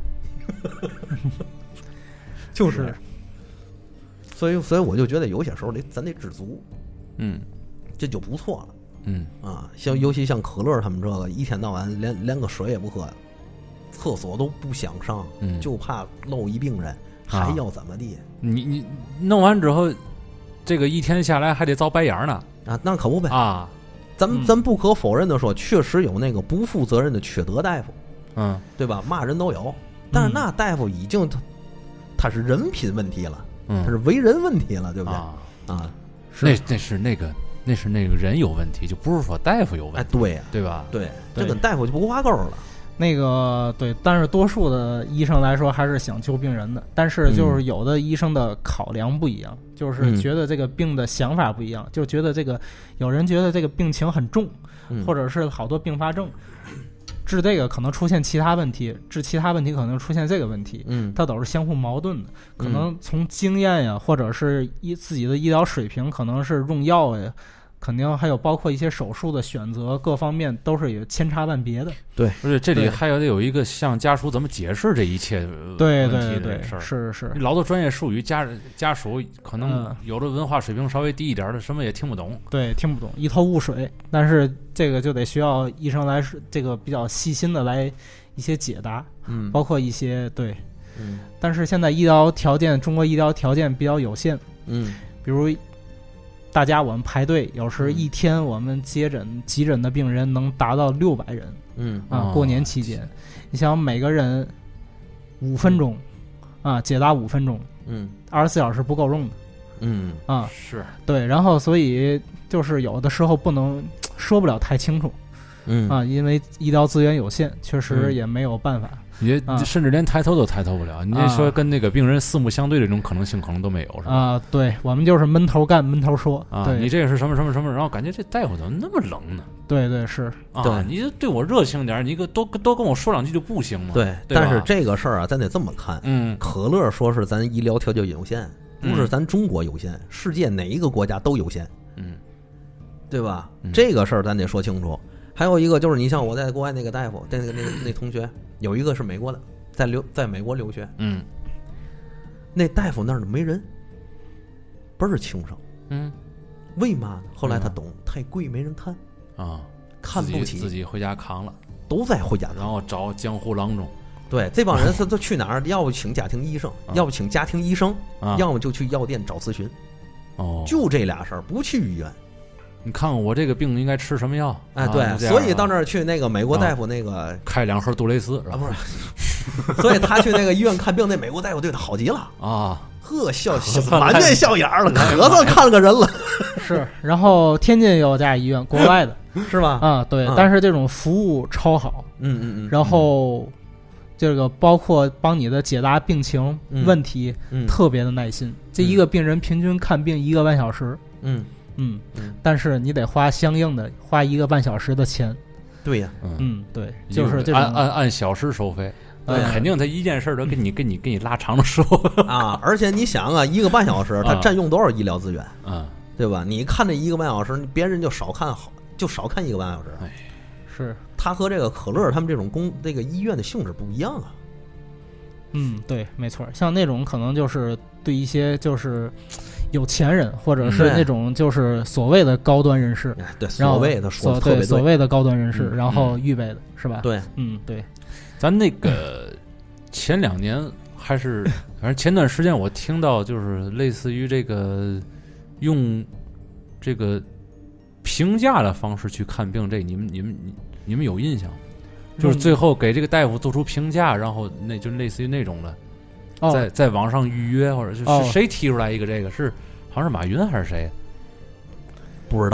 S2: 就是，所以所以我就觉得有些时候得咱得知足，
S3: 嗯，
S2: 这就不错了，
S3: 嗯
S2: 啊，像尤其像可乐他们这个一天到晚连连个水也不喝，厕所都不想上，
S3: 嗯，
S2: 就怕漏一病人，还要怎么地？
S3: 啊、你你弄完之后，这个一天下来还得遭白眼呢
S2: 啊，那可不呗
S3: 啊，
S2: 咱们咱不可否认的说，确实有那个不负责任的缺德大夫，
S3: 嗯，
S2: 对吧？嘛人都有。但是那大夫已经他他是人品问题了，
S3: 嗯，
S2: 他是为人问题了，对不对？
S3: 啊，
S2: 啊
S3: 那那是那个那是那个人有问题，就不是说大夫有问题，
S2: 哎，对呀、啊，
S3: 对吧？
S2: 对，这跟大夫就不挂钩了。
S4: 那个对，但是多数的医生来说还是想救病人的，但是就是有的医生的考量不一样，嗯、就是觉得这个病的想法不一样，嗯、就觉得这个有人觉得这个病情很重，
S2: 嗯、
S4: 或者是好多并发症。治这个可能出现其他问题，治其他问题可能出现这个问题，
S2: 嗯，
S4: 它都是相互矛盾的。可能从经验呀，或者是医自己的医疗水平，可能是用药呀，肯定还有包括一些手术的选择，各方面都是有千差万别的。
S2: 对，
S3: 而且这里还有得有一个向家属怎么解释这一切
S4: 对
S3: 问题
S4: 的
S3: 事儿。
S4: 是是，
S3: 老多专业术语，家家属可能有的文化水平稍微低一点的，什么也听不懂。
S4: 对，听不懂，一头雾水。但是这个就得需要医生来这个比较细心的来一些解答，
S2: 嗯，
S4: 包括一些对，
S2: 嗯。
S4: 但是现在医疗条件，中国医疗条件比较有限，
S2: 嗯，
S4: 比如。大家我们排队，有时一天我们接诊急诊的病人能达到六百人，
S2: 嗯
S4: 啊，过年期间，你想每个人五分钟，啊，解答五分钟，
S2: 嗯，
S4: 二十四小时不够用的，
S2: 嗯
S4: 啊，
S3: 是
S4: 对，然后所以就是有的时候不能说不了太清楚，
S2: 嗯
S4: 啊，因为医疗资源有限，确实也没有办法。
S3: 也甚至连抬头都抬头不了，你说跟那个病人四目相对这种可能性可能都没有，是吧？
S4: 啊，对，我们就是闷头干，闷头说
S3: 啊。
S4: 对，
S3: 你这个是什么什么什么，然后感觉这大夫怎么那么冷呢？
S4: 对对是
S3: 啊，对，你就对我热情点，你个多多跟我说两句就不行吗？
S2: 对，但是这个事儿啊，咱得这么看。
S3: 嗯，
S2: 可乐说是咱医疗条件有限，不是咱中国有限，嗯、世界哪一个国家都有限。
S3: 嗯，
S2: 对吧？
S3: 嗯、
S2: 这个事儿咱得说清楚。还有一个就是，你像我在国外那个大夫，那个那个那同学，有一个是美国的。在留在美国留学，
S3: 嗯，
S2: 那大夫那儿没人，倍儿轻省，
S3: 嗯，
S2: 为嘛呢？后来他懂，太贵没人看
S3: 啊，
S2: 看不起，
S3: 自己回家扛了，
S2: 都在回家扛，
S3: 然后找江湖郎中。
S2: 对，这帮人他都去哪儿？要不请家庭医生，
S3: 啊、
S2: 要不请家庭医生，
S3: 啊、
S2: 要么就去药店找咨询。
S3: 哦，
S2: 就这俩事儿，不去医院。
S3: 你看看我这个病应该吃什么药？
S2: 哎，对，
S3: 啊、
S2: 所以到那儿去那个美国大夫那个、
S3: 啊、开两盒杜蕾斯，
S2: 啊，不是，所以他去那个医院看病，那美国大夫对他好极了
S3: 啊，
S2: 呵，笑满面笑眼了，可算看个人了。
S4: 是，然后天津也有家医院，国外的
S2: 是吧？
S4: 啊，对，
S2: 啊、
S4: 但是这种服务超好，
S2: 嗯嗯嗯，
S4: 然后这个包括帮你的解答病情、
S2: 嗯、
S4: 问题，
S2: 嗯、
S4: 特别的耐心。这一个病人平均看病一个半小时，
S2: 嗯。
S4: 嗯，但是你得花相应的花一个半小时的钱。
S2: 对呀、
S3: 啊，
S4: 嗯，对，就是这种
S3: 按按按小时收费，
S2: 对，
S3: 肯定他一件事都给你给你给你拉长了说
S2: 啊。而且你想啊，一个半小时，他占用多少医疗资源？
S3: 嗯，
S2: 对吧？你看这一个半小时，别人就少看好，就少看一个半小时。
S3: 哎，
S4: 是
S2: 他和这个可乐他们这种公这个医院的性质不一样啊。
S4: 嗯，对，没错，像那种可能就是对一些就是有钱人或者是那种就是所谓的高端人士，
S2: 对，所谓的说特别对，
S4: 所谓的高端人士，
S2: 嗯、
S4: 然后预备的、嗯、是吧？
S2: 对，
S4: 嗯，对。
S3: 咱那个前两年还是反正前段时间我听到就是类似于这个用这个评价的方式去看病，这你们你们你们有印象吗？就是最后给这个大夫做出评价，然后那就类似于那种的，
S4: 哦、
S3: 在在网上预约，或者是、
S4: 哦、
S3: 谁提出来一个这个是好像是马云还是谁？
S2: 不知道，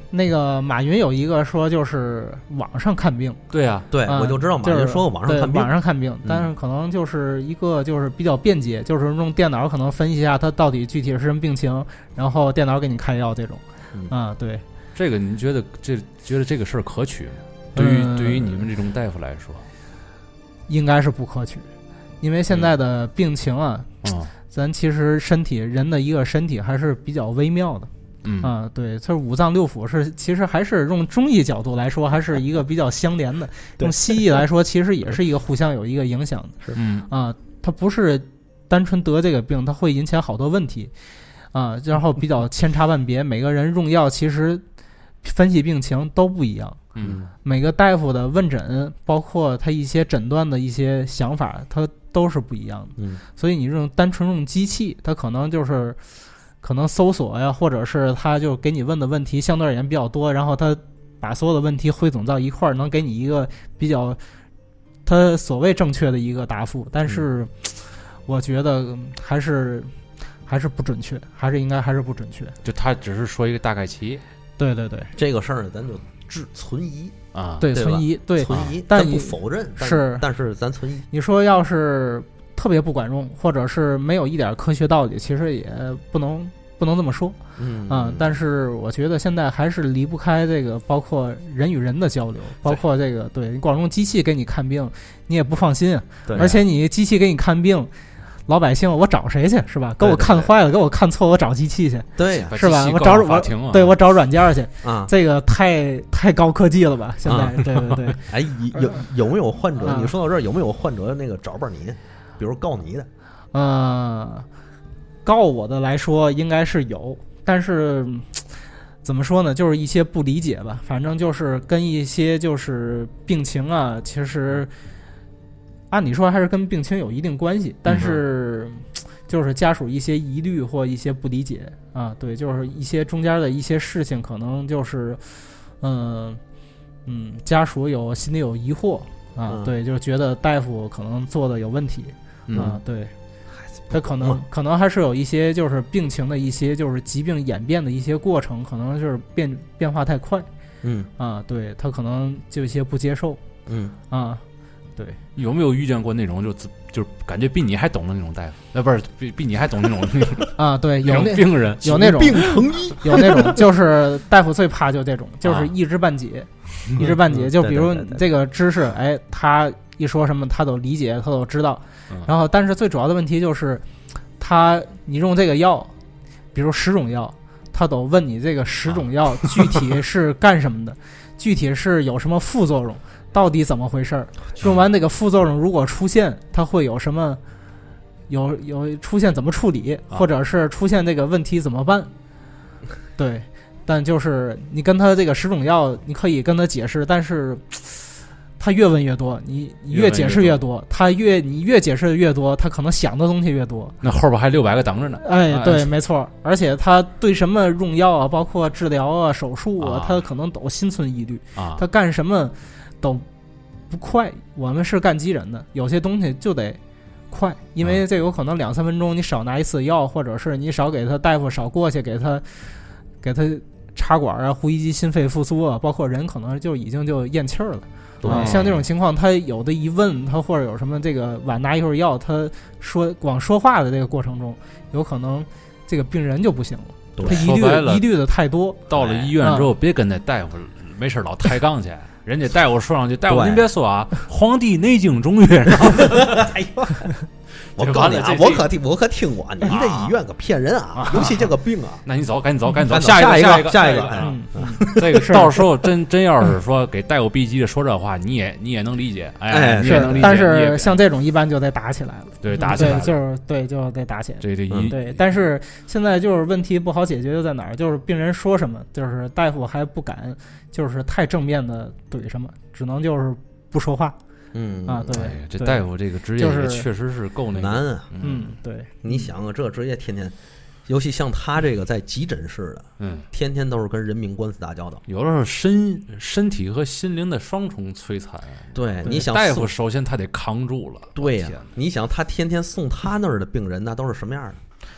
S4: 那个马云有一个说就是网上看病，
S3: 对呀、啊，
S2: 对、嗯、我就知道马云说过网上看病，
S4: 网上看病，但是可能就是一个就是比较便捷，就是用电脑可能分析一下它到底具体是什么病情，然后电脑给你开药这种。
S2: 嗯
S4: 啊，对，
S3: 这个你觉得这觉得这个事儿可取吗？对于、嗯、对于你们这种大夫来说，
S4: 应该是不可取，因为现在的病情啊，
S3: 嗯，
S4: 咱其实身体人的一个身体还是比较微妙的。
S3: 嗯
S4: 啊，对，就是五脏六腑是，其实还是用中医角度来说，还是一个比较相连的。用西医来说，其实也是一个互相有一个影响的。
S2: 是，
S3: 嗯
S4: 啊，它不是单纯得这个病，它会引起好多问题，啊，然后比较千差万别，每个人用药其实分析病情都不一样。
S3: 嗯，
S4: 每个大夫的问诊，包括他一些诊断的一些想法，它都是不一样的。
S2: 嗯，
S4: 所以你这种单纯用机器，它可能就是。可能搜索呀，或者是他就给你问的问题相对而言比较多，然后他把所有的问题汇总到一块儿，能给你一个比较他所谓正确的一个答复。但是我觉得还是还是不准确，还是应该还是不准确。
S3: 就他只是说一个大概齐。
S4: 对对对，
S2: 这个事儿呢，咱就治存疑
S3: 啊，
S4: 对存疑，对
S2: 存疑，
S4: 但
S2: 不否认，
S4: 是，
S2: 但是咱存疑。
S4: 你说要是特别不管用，或者是没有一点科学道理，其实也不能不能这么说，
S2: 嗯
S4: 啊，但是我觉得现在还是离不开这个，包括人与人的交流，包括这个，对你光用机器给你看病，你也不放心啊。
S2: 对，
S4: 而且你机器给你看病，老百姓我找谁去是吧？给我看坏了，给我看错，我找机器去，
S2: 对，
S4: 是吧？我找我对我找软件去
S2: 啊，
S4: 这个太太高科技了吧？现在，对对对。
S2: 哎，有有没有患者？你说到这儿，有没有患者那个找不着你？比如告你的，
S4: 呃，告我的来说应该是有，但是怎么说呢，就是一些不理解吧，反正就是跟一些就是病情啊，其实按理说还是跟病情有一定关系，但是就是家属一些疑虑或一些不理解啊，对，就是一些中间的一些事情，可能就是嗯嗯，家属有心里有疑惑啊，
S2: 嗯、
S4: 对，就是觉得大夫可能做的有问题。
S3: 嗯、
S4: 啊，对，他可能可能还是有一些就是病情的一些就是疾病演变的一些过程，可能就是变变化太快，
S2: 嗯
S4: 啊，对他可能就一些不接受，
S2: 嗯
S4: 啊，对，
S3: 有没有遇见过那种就就是感觉比你还懂的那种大夫？呃，不是比比你还懂那种
S4: 啊，对，有那
S3: 病人
S4: 有那种
S2: 病成医，
S4: 有那种就是大夫最怕就这种，就是一知半解，
S3: 啊、
S4: 一知半解，
S2: 嗯、
S4: 就比如你这个知识，哎，他一说什么他都理解，他都知道。然后，但是最主要的问题就是，他你用这个药，比如十种药，他都问你这个十种药具体是干什么的，具体是有什么副作用，到底怎么回事儿？用完这个副作用如果出现，它会有什么？有有出现怎么处理，或者是出现这个问题怎么办？对，但就是你跟他这个十种药，你可以跟他解释，但是。他越问越多，你你越解释越多，他越你越解释的越多，他可能想的东西越多。
S3: 那后边还六百个等着呢。
S4: 哎，对，没错。而且他对什么用药啊，包括治疗啊、手术啊，他可能都心存疑虑。
S3: 啊，
S4: 他干什么都不快。我们是干急诊的，有些东西就得快，因为这有可能两三分钟你少拿一次药，或者是你少给他大夫少过去给他给他插管啊、呼吸机、心肺复苏啊，包括人可能就已经就咽气儿了。啊，像这种情况，他有的一问他或者有什么这个晚拿一会儿药，他说光说话的这个过程中，有可能这个病人就不行了，他疑虑疑虑的太多。
S3: 到了医院之后，别跟那大夫没事老抬杠去，人家大夫说上去，大夫您别说啊，《黄帝内经》中药。
S2: 哎呦，我告诉你啊，我可听我可听过，你这医院可骗人啊，尤其这个病啊。
S3: 那你走，赶紧走，赶紧走，
S2: 下
S3: 一个，
S2: 下一个，下一个。
S3: 嗯，这个到时候真真要是说给大夫逼急的说这话，你也你也能理解，哎，你也能理解。
S4: 但是像这种一般就得打起来了，
S3: 对，打起来，
S4: 就是对，就得打起来。
S3: 这这一
S4: 对，但是现在就是问题不好解决，就在哪儿？就是病人说什么，就是大夫还不敢，就是太正面的怼什么，只能就是不说话。
S2: 嗯
S4: 啊，对，
S3: 哎、这大夫这个职业也确实是够那个
S2: 难啊。
S4: 嗯，对，
S2: 你想啊，这职业天天，尤其像他这个在急诊室的，
S3: 嗯，
S2: 天天都是跟人命官司打交道，
S3: 有的时候身身体和心灵的双重摧残。
S2: 对，你想
S3: 大夫首先他得扛住了。
S2: 对呀、啊，你想他天天送他那儿的病人，那都是什么样的？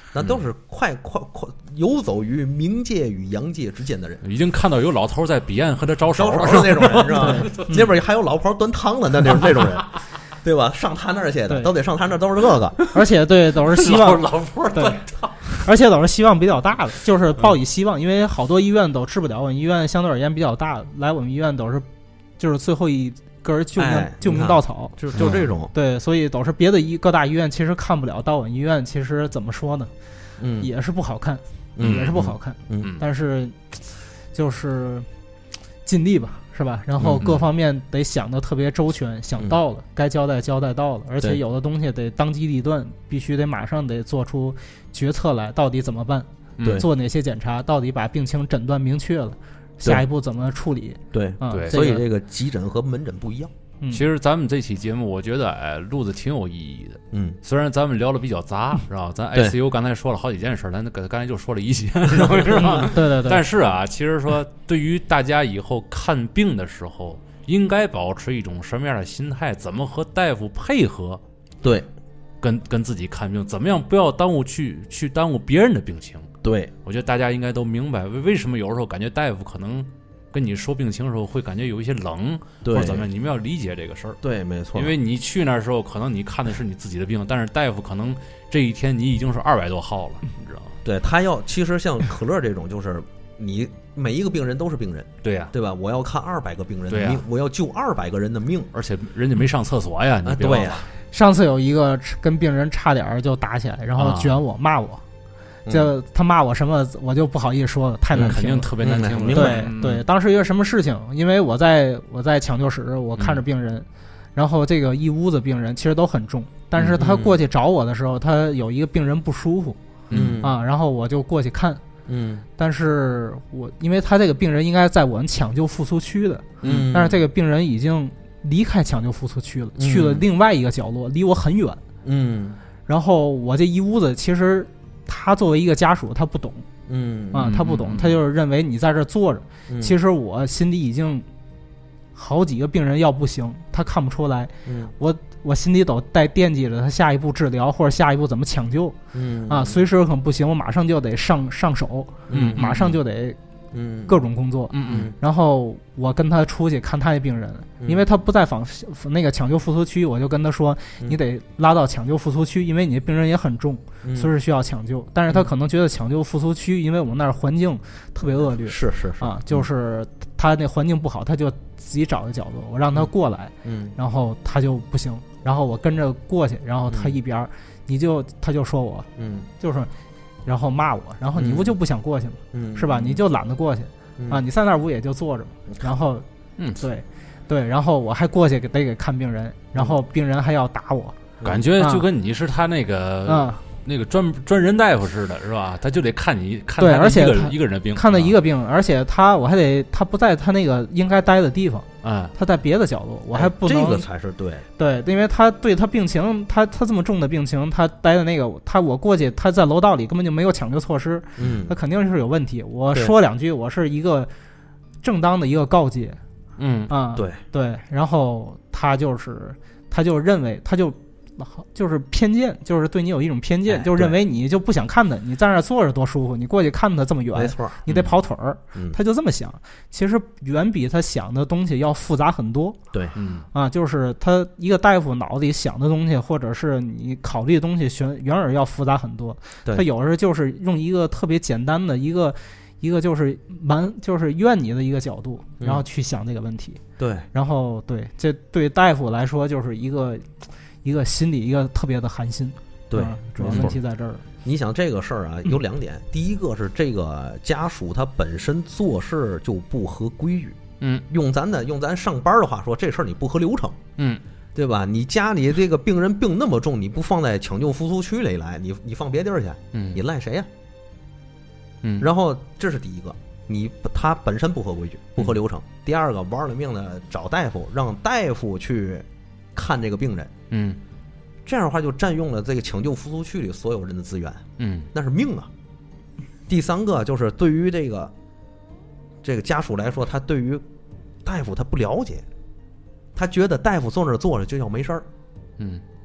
S2: 那都是快快快游走于冥界与阳界之间的人，
S3: 已经看到有老头在彼岸和他招手
S2: 招
S3: 了，
S2: 手是那种人，知道吗？那边还有老婆端汤的那那那种人，对吧？上他那儿去的，
S4: 对
S2: 都得上他那儿，都是这个。
S4: 而且对都是希望
S3: 老婆
S4: 对，而且都是希望比较大的，就是抱以希望，因为好多医院都治不了，我们医院相对而言比较大，来我们医院都是就是最后一根救命、
S2: 哎
S4: 救命稻草，
S2: 就就这种，
S4: 对，所以都是别的医各大医院其实看不了，到我们医院其实怎么说呢，
S2: 嗯，
S4: 也是不好看，
S2: 嗯
S4: 也是不好看，
S2: 嗯
S3: 嗯
S4: 但是就是尽力吧。是吧？然后各方面得想的特别周全，嗯、想到了该交代交代到了，而且有的东西得当机立断，必须得马上得做出决策来，到底怎么办？
S2: 对，
S4: 做哪些检查？到底把病情诊断明确了，下一步怎么处理？
S2: 对，
S4: 啊、
S3: 对，
S2: 所以这个急诊和门诊不一样。
S4: 嗯、
S3: 其实咱们这期节目，我觉得哎录的挺有意义的。
S2: 嗯，
S3: 虽然咱们聊的比较杂，是吧？咱 I C U 刚才说了好几件事，咱刚才就说了一件，是吧？
S4: 对对对。
S3: 但是啊，其实说对于大家以后看病的时候，应该保持一种什么样的心态？怎么和大夫配合？
S2: 对，
S3: 跟跟自己看病，怎么样不要耽误去去耽误别人的病情？
S2: 对，
S3: 我觉得大家应该都明白为为什么有时候感觉大夫可能跟你说病情的时候会感觉有一些冷，或者怎么样？你们要理解这个事儿。
S2: 对，没错。
S3: 因为你去那时候，可能你看的是你自己的病，但是大夫可能这一天你已经是二百多号了，你知道吗？
S2: 对他要，其实像可乐这种，就是你每一个病人都是病人，
S3: 对呀、啊，
S2: 对吧？我要看二百个病人的命，
S3: 啊、
S2: 我要救二百个人的命，
S3: 而且人家没上厕所呀，你
S2: 别忘了。对呀、啊，
S4: 上次有一个跟病人差点就打起来，然后卷我、啊、骂我。就他骂我什么，我就不好意思说了，太难听了，
S3: 肯定特别难听了。
S2: 嗯、
S4: 对对，当时一个什么事情？因为我在我在抢救室，我看着病人，嗯、然后这个一屋子病人其实都很重，但是他过去找我的时候，他有一个病人不舒服，
S2: 嗯
S4: 啊，然后我就过去看，
S2: 嗯，
S4: 但是我因为他这个病人应该在我们抢救复苏区的，
S2: 嗯，
S4: 但是这个病人已经离开抢救复苏区了，嗯、去了另外一个角落，离我很远，
S2: 嗯，
S4: 然后我这一屋子其实。他作为一个家属，他不懂，
S2: 嗯
S4: 啊，他不懂，他就是认为你在这坐着。
S2: 嗯、
S4: 其实我心里已经好几个病人要不行，他看不出来。
S2: 嗯，
S4: 我我心里都带惦记着他下一步治疗或者下一步怎么抢救。
S2: 嗯
S4: 啊，随时可能不行，我马上就得上上手，
S3: 嗯，
S4: 马上就得
S2: 嗯
S4: 各种工作。
S3: 嗯嗯，
S4: 然后我跟他出去看他的病人，因为他不在访那个抢救复苏区，我就跟他说，你得拉到抢救复苏区，因为你的病人也很重。随时需要抢救，但是他可能觉得抢救复苏区，因为我们那儿环境特别恶劣，
S2: 是是是
S4: 啊，就是他那环境不好，他就自己找个角落，我让他过来，
S2: 嗯，
S4: 然后他就不行，然后我跟着过去，然后他一边，你就他就说我，
S2: 嗯，
S4: 就是，然后骂我，然后你不就不想过去吗？
S2: 嗯，
S4: 是吧？你就懒得过去，啊，你在那儿不也就坐着吗？然后，
S3: 嗯，
S4: 对，对，然后我还过去给得给看病人，然后病人还要打我，
S3: 感觉就跟你是他那个，
S4: 嗯。
S3: 那个专专人大夫似的，是吧？他就得看你看
S4: 对，而且
S3: 一个人的病，
S4: 看他一个病，而且他我还得他不在他那个应该待的地方，
S3: 嗯，
S4: 他在别的角落，我还不能、
S2: 哎、这个才是对
S4: 对，因为他对他病情，他他这么重的病情，他待的那个他我过去，他在楼道里根本就没有抢救措施，
S2: 嗯，
S4: 他肯定是有问题。我说两句，我是一个正当的一个告诫，
S3: 嗯
S4: 啊，
S2: 对
S4: 对，然后他就是他就认为他就。就是偏见，就是对你有一种偏见，
S2: 哎、
S4: 就认为你就不想看他，你在那儿坐着多舒服，你过去看他这么远，
S2: 没错，
S4: 你得跑腿儿、
S2: 嗯，
S4: 他就这么想。其实远比他想的东西要复杂很多。
S2: 对，
S3: 嗯
S4: 啊，就是他一个大夫脑子里想的东西，或者是你考虑的东西，远远而要复杂很多。
S2: 对，
S4: 他有时候就是用一个特别简单的一个一个就是蛮就是怨你的一个角度，然后去想这个问题。
S2: 嗯、对，
S4: 然后对，这对大夫来说就是一个。一个心理一个特别的寒心，
S2: 对，
S4: 嗯、主要问题在这儿。
S2: 你想这个事儿啊，有两点、嗯，第一个是这个家属他本身做事就不合规矩，
S3: 嗯，
S2: 用咱的用咱上班的话说，这事儿你不合流程，
S3: 嗯，
S2: 对吧？你家里这个病人病那么重，你不放在抢救复苏区里来，你你放别地儿去，
S3: 嗯，
S2: 你赖谁呀、啊？
S3: 嗯，
S2: 然后这是第一个，你他本身不合规矩，不合流程。嗯、第二个，玩了命的找大夫，让大夫去看这个病人。
S3: 嗯，
S2: 这样的话就占用了这个抢救复苏区里所有人的资源，
S3: 嗯，
S2: 那是命啊。第三个就是对于这个这个家属来说，他对于大夫他不了解，他觉得大夫坐那儿坐着就叫没事儿，
S3: 嗯，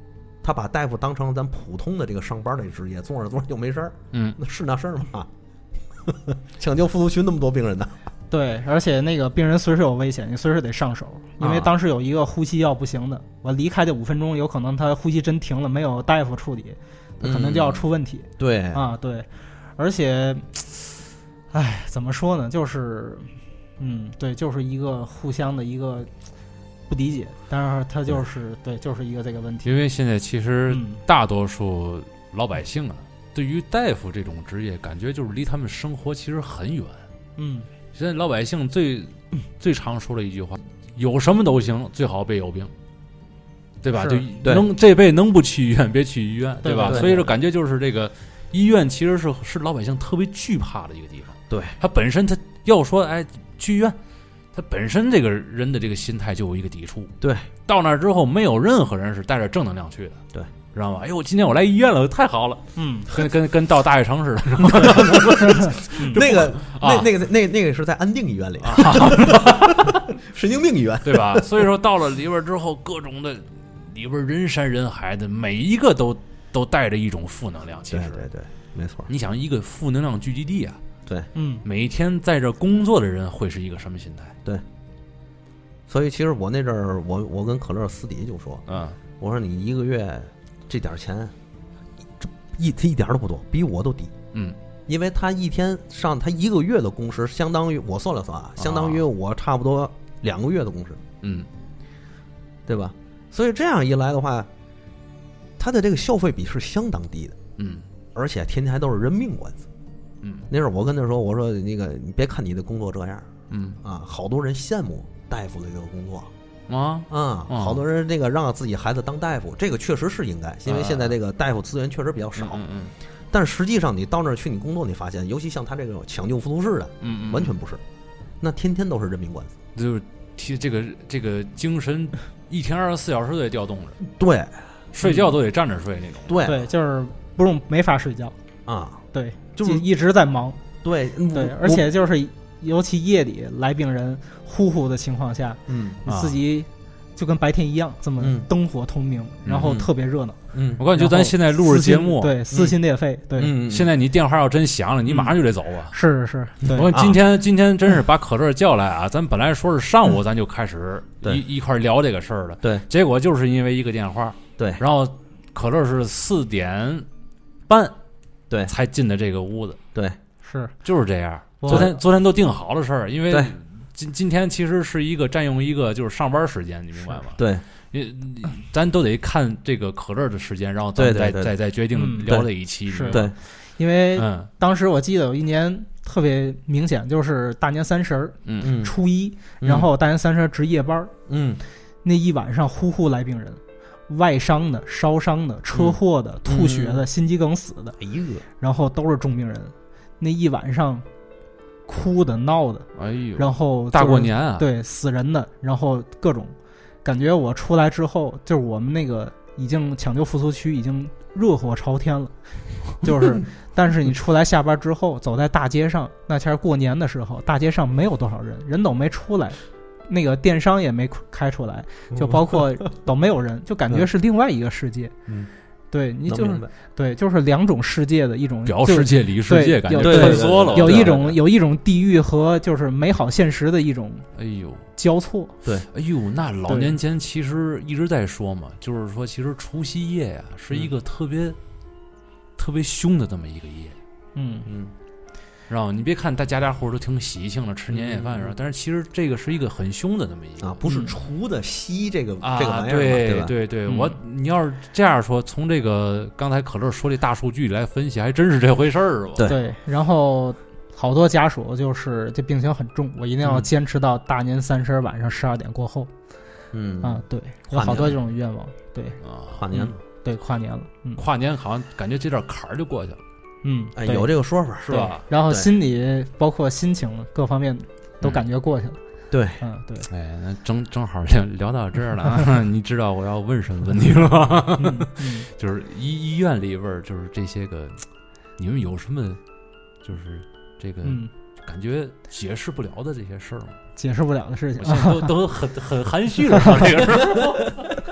S2: 他把大夫当成咱普通的这个上班的职业，做着做着就没事儿，
S3: 嗯，
S2: 那是那事儿吗？抢救复苏区那么多病人呢。
S4: 对，而且那个病人随时有危险，你随时得上手，因为当时有一个呼吸要不行的，我离开这五分钟，有可能他呼吸真停了，没有大夫处理，他可能就要出问题。
S2: 嗯、对
S4: 啊，对，而且，哎，怎么说呢？就是，嗯，对，就是一个互相的一个不理解，但是他就是对，就是一个这个问题。
S3: 因为现在其实大多数老百姓啊，嗯、对于大夫这种职业，感觉就是离他们生活其实很远。
S4: 嗯。
S3: 现在老百姓最最常说的一句话，有什么都行，最好别有病，对吧？就能这辈能不去医院别去医院，对吧？
S4: 对对对对，
S3: 所以说感觉就是这个医院其实是是老百姓特别惧怕的一个地方。
S2: 对，
S3: 他本身他要说哎去医院，他本身这个人的这个心态就有一个抵触。
S2: 对，
S3: 到那之后没有任何人是带着正能量去的。
S2: 对。
S3: 知道吗？哎呦，今天我来医院了，太好了。
S4: 嗯，
S3: 跟跟跟到大悦城似的。
S2: 那个、
S3: 啊、
S2: 那那个那那个是在安定医院里，啊、神经病医院，
S3: 对吧？所以说到了里边之后，各种的里边人山人海的，每一个都都带着一种负能量。其实，
S2: 对对对，没错。
S3: 你想一个负能量聚集地啊，
S2: 对，
S4: 嗯，
S3: 每一天在这工作的人会是一个什么心态？
S2: 对。所以其实我那阵儿，我我跟可乐私底就说，
S3: 嗯，
S2: 我说你一个月。这点钱，这一他一点都不多，比我都低。
S3: 嗯，
S2: 因为他一天上他一个月的工时，相当于我算了算啊，相当于我差不多两个月的工时。
S3: 嗯，
S2: 对吧？所以这样一来的话，他的这个消费比是相当低的。
S3: 嗯，
S2: 而且天天还都是人命官司。
S3: 嗯，
S2: 那时候我跟他说，我说那个你别看你的工作这样，
S3: 嗯
S2: 啊，好多人羡慕大夫的这个工作。
S3: 啊
S2: 啊、嗯，好多人这个让自己孩子当大夫，这个确实是应该，因为现在这个大夫资源确实比较少。
S3: 嗯嗯。
S2: 但实际上你到那儿去你工作，你发现，尤其像他这种抢救复苏室的，
S3: 嗯嗯，
S2: 完全不是，那天天都是人命官司，
S3: 就是提这个这个精神一天二十四小时都得调动着，
S2: 对，
S3: 睡觉都得站着睡那种。
S2: 对
S4: 对，就是不用没法睡觉
S2: 啊，
S4: 对，
S2: 就是
S4: 一直在忙。
S2: 对
S4: 对，而且就是尤其夜里来病人呼呼的情况下，
S2: 嗯，
S4: 你自己。就跟白天一样，这么灯火通明，
S2: 嗯、
S4: 然后特别热闹。
S3: 嗯，我感觉咱现在录着节目，
S4: 对，撕心裂肺。对，
S3: 嗯，现在你电话要真响了，你马上就得走啊。
S4: 是是是，
S3: 我今天、啊、今天真是把可乐叫来啊，咱本来说是上午咱就开始一一块聊这个事儿了，
S2: 对，
S3: 结果就是因为一个电话，
S2: 对，
S3: 然后可乐是四点半，
S2: 对，
S3: 才进的这个屋子，
S2: 对，
S4: 是
S3: 就是这样。昨天昨天都定好了事儿，因为。
S2: 对
S3: 今今天其实是一个占用一个就是上班时间，你明白吗？
S2: 对，
S3: 因为咱都得看这个可乐的时间，然后咱再再再决定聊这一期。
S4: 是，
S2: 对，
S4: 因为当时我记得有一年特别明显，就是大年三十儿，
S3: 嗯，
S4: 初一，然后大年三十儿值夜班，
S2: 嗯，
S4: 那一晚上呼呼来病人，外伤的、烧伤的、车祸的、吐血的、心肌梗死的，
S2: 哎呦，
S4: 然后都是重病人，那一晚上。哭的闹的，
S3: 哎呦，
S4: 然后
S3: 大过年啊，
S4: 对，死人的，然后各种，感觉我出来之后，就是我们那个已经抢救复苏区已经热火朝天了，就是，但是你出来下班之后，走在大街上，那前过年的时候，大街上没有多少人，人都没出来，那个电商也没开出来，就包括都没有人，就感觉是另外一个世界，
S2: 嗯。
S4: 对你就是对，就是两种世界的一种
S3: 表世界里世界，感觉
S4: 分
S3: 缩了，
S4: 有一种有一种地狱和就是美好现实的一种
S3: 哎呦
S4: 交错。
S2: 对，
S3: 哎呦，那老年间其实一直在说嘛，就是说其实除夕夜呀、啊、是一个特别、嗯、特别凶的这么一个夜。
S4: 嗯
S2: 嗯。
S3: 然后你别看大家家户都挺喜庆的，吃年夜饭是吧？但是其实这个是一个很凶的这么一个
S2: 啊，不是除的夕这个、
S3: 啊、
S2: 这个玩意儿，
S3: 对
S2: 对吧
S3: 对对，
S4: 嗯、
S3: 我你要是这样说，从这个刚才可乐说的大数据来分析，还真是这回事儿吧？
S2: 对
S4: 对，然后好多家属就是这病情很重，我一定要坚持到大年三十晚上十二点过后。
S2: 嗯
S4: 啊，对，有好多这种愿望，对
S3: 啊，
S2: 跨年了、
S4: 嗯，对，跨年了，嗯，
S3: 跨年好像感觉这点坎儿就过去了。
S4: 嗯，
S2: 哎，有这个说法是吧？
S4: 然后心理包括心情各方面都感觉过去了。
S2: 对，
S4: 嗯，对。
S3: 哎，那正正好聊聊到这儿了啊！你知道我要问什么问题了吗？
S4: 嗯嗯、
S3: 就是医医院里边就是这些个，你们有什么就是这个感觉解释不了的这些事儿吗？
S4: 解释不了的事情，
S3: 现在都都很很含蓄了，这个时候。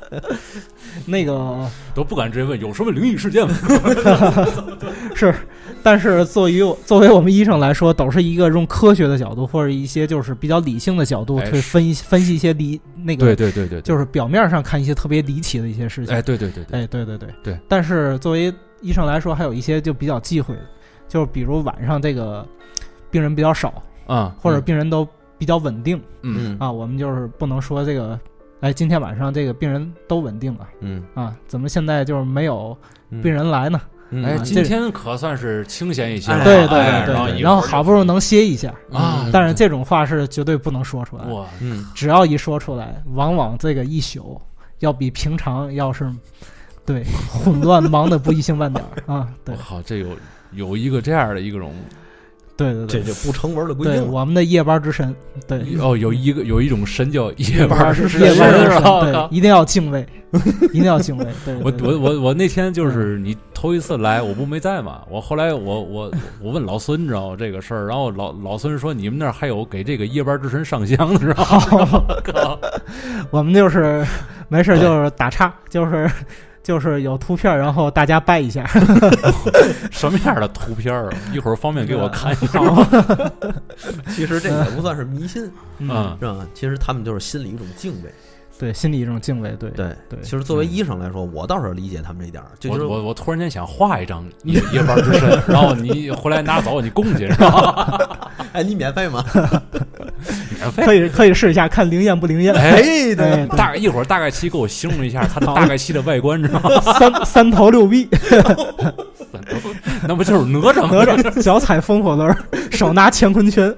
S4: 那个
S3: 都不敢直接问有什么灵异事件吗？
S4: 是，但是作为作为我们医生来说，都是一个用科学的角度或者一些就是比较理性的角度
S3: 哎
S4: 去分析分析一些离那个
S3: 对对对对，
S4: 就是表面上看一些特别离奇的一些事情。
S3: 哎，对对对对，
S4: 哎，对对对
S3: 对。
S4: 但是作为医生来说，还有一些就比较忌讳的，就是比如晚上这个病人比较少
S3: 啊，
S4: 或者病人都比较稳定
S3: 嗯
S4: 啊，我们就是不能说这个，哎，今天晚上这个病人都稳定了
S2: 嗯
S4: 啊，怎么现在就是没有病人来呢？
S2: 嗯
S3: 哎，
S4: 啊
S3: 今天可算是清闲一些了，
S4: 对对
S3: 哎
S4: 对对对，
S3: 然后一会儿
S4: 然后好不容易能歇一下
S3: 啊，
S4: 但是这种话是绝对不能说出来，
S3: 哇，
S2: 嗯
S4: 只要一说出来，往往这个一宿要比平常要是对混乱忙的不一星半点儿啊，对
S3: 我靠，这有有一个这样的一种。
S4: 对对对，
S2: 这就不成文的规
S4: 对
S2: 定了。
S4: 我们的夜班之神，对
S3: 哦，有一个有一种神叫夜班之神，
S4: 夜班之
S3: 是
S4: 神，
S3: 吧？
S4: 对，一定要敬畏，一定要敬畏。对，
S3: 我
S4: 对
S3: 我我我那天就是你头一次来，我不没在嘛。我后来我我我问老孙，你知道这个事儿，然后老老孙说你们那儿还有给这个夜班之神上香的，知道吗？
S4: 我们就是没事就是打岔，就是就是有图片，然后大家拜一下。
S3: 什么样的图片啊？一会儿方便给我看一下。
S2: 其实这个也不算是迷信，
S3: 嗯，
S2: 是吧？其实他们就是心里一种敬畏。
S4: 对，心里一种敬畏。对
S2: 对
S4: 对，
S2: 其实作为医生来说，我倒是理解他们这点儿。就是
S3: 我我我突然间想画一张夜夜班之神，然后你回来拿走，你供去是吧？
S2: 哎，你免费吗？
S3: 免费
S4: 可以可以试一下，看灵验不灵验。
S3: 哎，
S4: 对对
S3: 大概一会儿大概期给我形容一下它的大概期的外观，知道吗？
S4: 三三头六臂，
S3: 那不就是哪吒吗？
S4: 哪吒脚踩风火轮，手拿乾坤圈。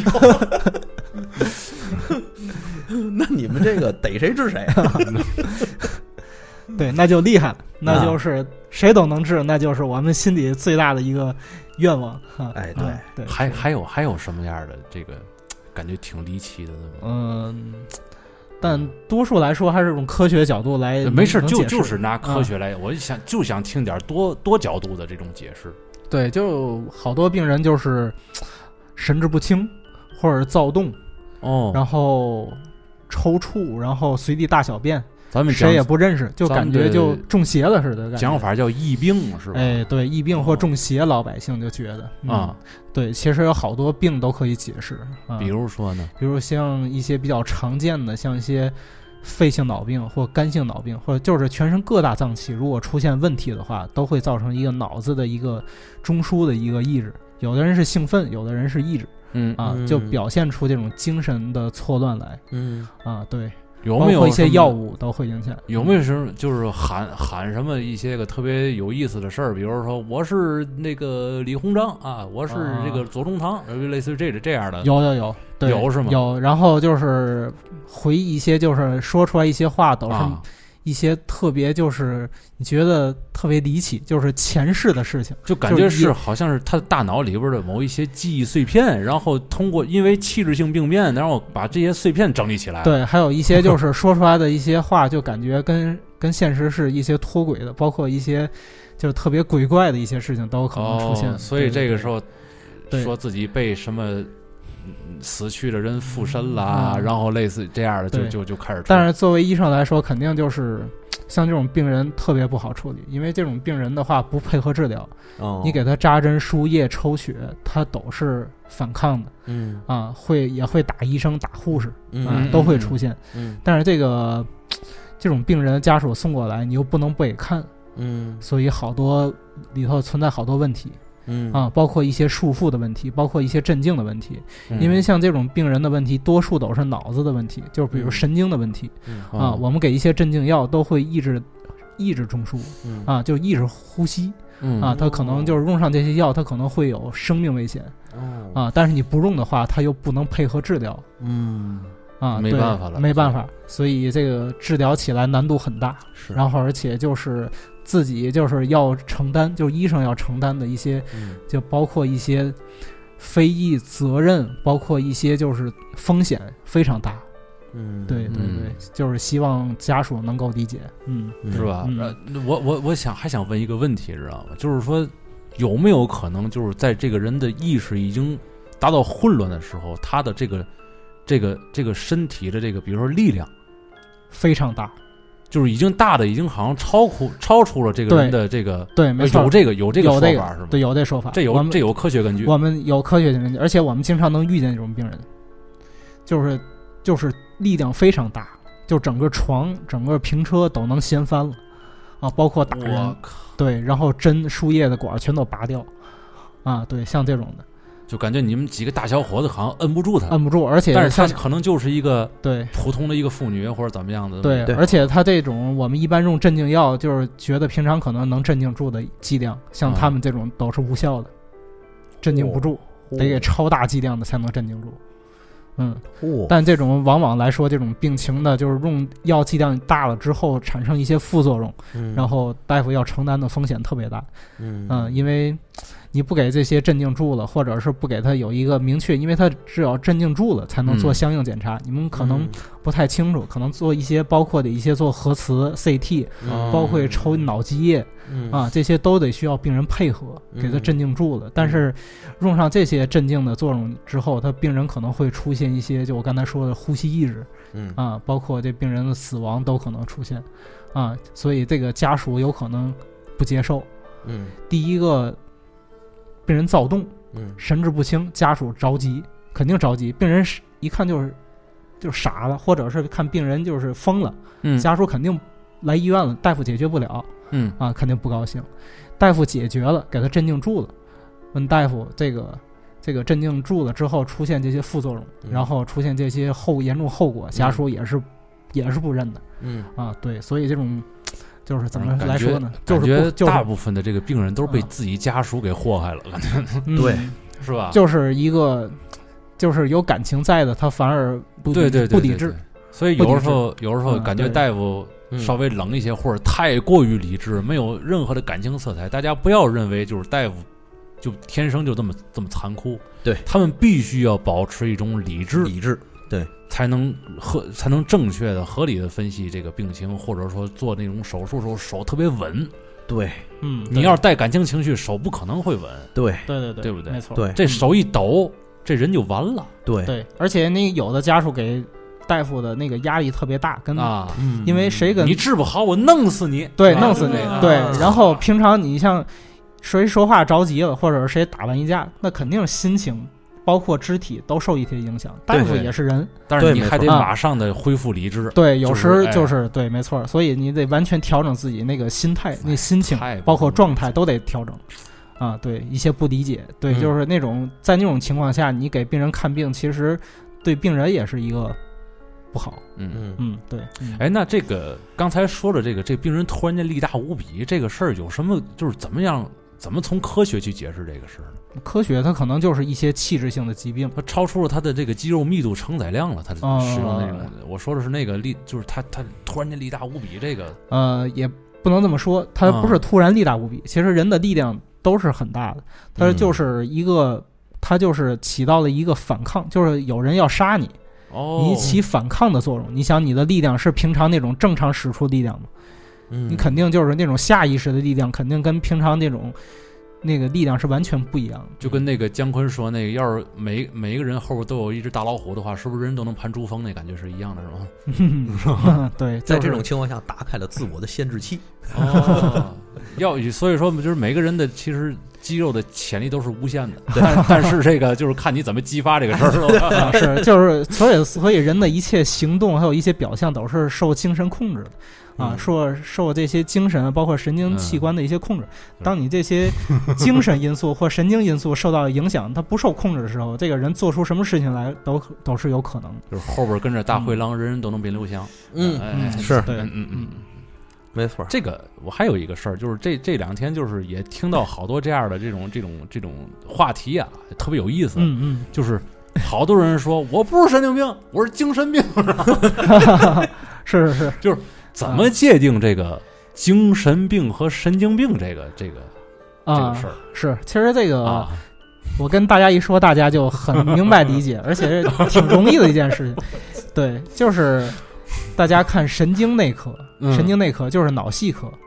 S2: 那你们这个逮谁治谁啊？
S4: 对，那就厉害了，那就是谁都能治，那就是我们心里最大的一个愿望。啊、
S2: 哎，对、
S4: 啊、对，
S3: 还还有还有什么样的这个感觉挺离奇的呢？
S4: 嗯，但多数来说还是用科学角度来，
S3: 没事，就
S4: 能解释
S3: 就是拿科学
S4: 啊
S3: 来，我就想就想听点多多角度的这种解释。
S4: 对，就好多病人就是神志不清或者躁动，
S3: 哦，
S4: 然后抽搐，然后随地大小便，
S3: 咱们
S4: 谁也不认识，就感觉就中邪了似的感觉。
S3: 讲法叫疫病是吧？
S4: 哎，对，疫病或中邪，老百姓就觉得、嗯、
S3: 啊，
S4: 对，其实有好多病都可以解释，啊、
S3: 比如说呢，
S4: 比如像一些比较常见的，像一些肺性脑病或肝性脑病，或者就是全身各大脏器如果出现问题的话，都会造成一个脑子的一个中枢的一个抑制。有的人是兴奋，有的人是抑制，
S3: 嗯
S4: 啊，
S2: 嗯
S4: 就表现出这种精神的错乱来，
S2: 嗯
S4: 啊，对，
S3: 有没有
S4: 包括一些
S3: 什么
S4: 药物都会影响。
S3: 有没有什么就是喊喊什么一些个特别有意思的事儿？比如说我是那个李鸿章啊，我是这个左宗棠，类似于这这样的。
S4: 有有有，对，
S3: 有是吗？
S4: 有，然后就是回忆一些，就是说出来一些话都是
S3: 啊，
S4: 一些特别就是你觉得特别离奇，就是前世的事情。
S3: 就感觉
S4: 就是一
S3: 是好像是他的大脑里边的某一些记忆碎片，然后通过因为器质性病变，然后把这些碎片整理起来。，
S4: 对，还有一些就是说出来的一些话，就感觉跟跟现实是一些脱轨的，包括一些就是特别鬼怪的一些事情都有可能出现。
S3: 哦、所以这个时候
S4: 对
S3: 说自己被什么死去的人附身啦，
S4: 嗯
S3: 然后类似这样的就
S4: 对
S3: 就就开始出。
S4: 但是作为医生来说，肯定就是像这种病人特别不好处理，因为这种病人的话不配合治疗，
S2: 哦，
S4: 你给他扎针、输液、抽血，他都是反抗的
S2: 嗯
S4: 啊，会也会打医生、打护士啊，
S2: 嗯
S4: 都会出现。
S2: 嗯
S4: 但是这个这种病人家属送过来，你又不能不给看，
S2: 嗯
S4: 所以好多里头存在好多问题
S2: 嗯
S4: 啊，包括一些束缚的问题，包括一些镇静的问题。
S3: 嗯
S4: 因为像这种病人的问题，多数都是脑子的问题，就是比如神经的问题
S2: 嗯
S4: 啊。
S3: 哦
S4: 我们给一些镇静药都会抑制抑制中枢
S2: 嗯
S4: 啊，就抑制呼吸
S3: 嗯
S4: 啊。它可能就是用上这些药，它可能会有生命危险
S2: 哦
S4: 啊。但是你不用的话，它又不能配合治疗
S2: 嗯
S4: 啊，
S3: 没
S4: 对
S3: 办法了
S4: 没办法。所以这个治疗起来难度很大。
S2: 是，
S4: 然后而且就是自己就是要承担，就是医生要承担的一些，
S2: 嗯
S4: 就包括一些非议责任，包括一些就是风险非常大。
S2: 嗯
S4: 对对
S3: 嗯
S4: 对，就是希望家属能够理解。嗯，
S3: 是吧？
S4: 嗯
S3: 呃我我我想还想问一个问题，知道吗？就是说有没有可能，就是在这个人的意识已经达到混乱的时候，他的这个这个这个身体的这个，比如说力量，
S4: 非常大。
S3: 就是已经大的已经好像超出超出了这个人的这个
S4: 对，没错，
S3: 有这个有这个说法是吗？
S4: 对，有这说法，
S3: 这有这有科学根据。
S4: 我们有科学根据，而且我们经常能遇见这种病人，就是就是力量非常大，就整个床、整个平车都能掀翻了啊，包括打人，对，然后针、输液的管全都拔掉啊，对，像这种的。
S3: 就感觉你们几个大小伙子好像摁不住他，
S4: 摁不住，而且
S3: 但是他可能就是一个
S4: 对
S3: 普通的一个妇女或者怎么样的，
S4: 对，
S2: 对
S4: 而且他这种我们一般用镇静药，就是觉得平常可能能镇静住的剂量，像他们这种都是无效的，镇静不住，
S2: 哦、
S4: 得给超大剂量的才能镇静住。嗯，
S2: 哦、
S4: 但这种往往来说，这种病情的，就是用药剂量大了之后产生一些副作用，
S2: 嗯、
S4: 然后大夫要承担的风险特别大。
S2: 嗯
S4: 嗯，因为你不给这些镇静住了，或者是不给他有一个明确，因为他只要镇静住了才能做相应检查。嗯、你们可能不太清楚，可能做一些包括的一些做核磁、C T，、嗯、包括抽脑积液、嗯、啊，这些都得需要病人配合给他镇静住了。嗯、但是用上这些镇静的作用之后，他病人可能会出现一些，就我刚才说的呼吸抑制，
S2: 嗯
S4: 啊，包括这病人的死亡都可能出现，啊，所以这个家属有可能不接受。
S2: 嗯，
S4: 第一个。病人躁动，
S2: 嗯，
S4: 神志不清，家属着急，肯定着急。病人一看就是就傻了，或者是看病人就是疯了，
S3: 嗯，
S4: 家属肯定来医院了，大夫解决不了，
S3: 嗯
S4: 啊，肯定不高兴。大夫解决了，给他镇静住了，问大夫这个这个镇静住了之后出现这些副作用，
S2: 嗯、
S4: 然后出现这些后严重后果，家属也是、嗯、也是不认的，
S2: 嗯
S4: 啊，对，所以这种。就是怎么来说呢？
S3: 感
S4: 觉
S3: 大部分的这个病人都是被自己家属给祸害了，感觉、
S4: 嗯、
S2: 对，
S3: 是吧？
S4: 就是一个，就是有感情在的，他反而不
S3: 对对对
S4: 不抵制。
S3: 所以有的时候，有的时候感觉大夫稍微冷一些，或者太过于理智，没有任何的感情色彩。大家不要认为就是大夫就天生就这么这么残酷，
S2: 对
S3: 他们必须要保持一种理智，
S2: 理智。对，
S3: 才能合才能正确的、合理的分析这个病情，或者说做那种手术的时候手特别稳。
S2: 对，
S4: 嗯，
S3: 你要是带感情情绪，手不可能会稳。
S2: 对，
S4: 对对对，
S3: 对不对？
S4: 没错，
S2: 对，
S3: 这手一抖，这人就完了。
S2: 对
S4: 对，而且那有的家属给大夫的那个压力特别大，跟
S3: 啊，
S4: 因为谁跟
S3: 你治不好，我弄死你。
S4: 对，弄死你。
S3: 啊、
S4: 对，然后平常你像谁说话着急了，或者是谁打完一架，那肯定心情。包括肢体都受一些影响，大夫也是人，
S3: 但是你还得马上的恢复理智。
S4: 对，有时就是、
S3: 哎、
S4: 对，没错，所以你得完全调整自己那个心态、那心情，包括状态都得调整。啊，对，一些不理解，对，
S2: 嗯、
S4: 就是那种在那种情况下，你给病人看病，其实对病人也是一个不好。
S3: 嗯
S2: 嗯
S4: 嗯，对。
S3: 哎，那这个刚才说的这个，这病人突然间力大无比，这个事儿有什么？就是怎么样？怎么从科学去解释这个事儿呢？
S4: 科学它可能就是一些器质性的疾病，
S3: 它超出了它的这个肌肉密度承载量了。它使用那种，
S4: 哦、
S3: 我说的是那个力，就是它它突然间力大无比。这个
S4: 呃，也不能这么说，它不是突然力大无比。嗯、其实人的力量都是很大的，它就是一个，嗯、它就是起到了一个反抗，就是有人要杀你，
S3: 哦，
S4: 你起反抗的作用。你想，你的力量是平常那种正常使出力量吗？
S2: 嗯，
S4: 你肯定就是那种下意识的力量，肯定跟平常那种那个力量是完全不一样的。
S3: 就跟那个姜昆说，那个要是每每个人后边都有一只大老虎的话，是不是人都能盘珠峰？那感觉是一样的，是
S4: 吗？对，
S2: 在这种情况下打开了自我的限制器。
S3: 哦，要所以说就是每个人的其实肌肉的潜力都是无限的，但但是这个就是看你怎么激发这个事儿
S4: 了。是，就是所以所以人的一切行动还有一些表象都是受精神控制的。啊，受受这些精神包括神经器官的一些控制。
S3: 嗯、
S4: 当你这些精神因素或神经因素受到影响，它不受控制的时候，这个人做出什么事情来都都是有可能的。
S3: 就是后边跟着大灰狼，嗯、人人都能变刘翔。
S2: 嗯，
S3: 哎、
S2: 是，
S4: 对，
S3: 嗯嗯嗯，
S2: 没错。
S3: 这个我还有一个事儿，就是这这两天就是也听到好多这样的这种这种这种话题啊，特别有意思。
S4: 嗯嗯，
S3: 就是好多人说我不是神经病，我是精神病。
S4: 是是是，
S3: 就是。怎么界定这个精神病和神经病这个这个、
S4: 啊、
S3: 这个事儿？
S4: 是，其实这个、
S3: 啊、
S4: 我跟大家一说，大家就很明白理解，而且挺容易的一件事情。对，就是大家看神经内科，
S3: 嗯、
S4: 神经内科就是脑系科，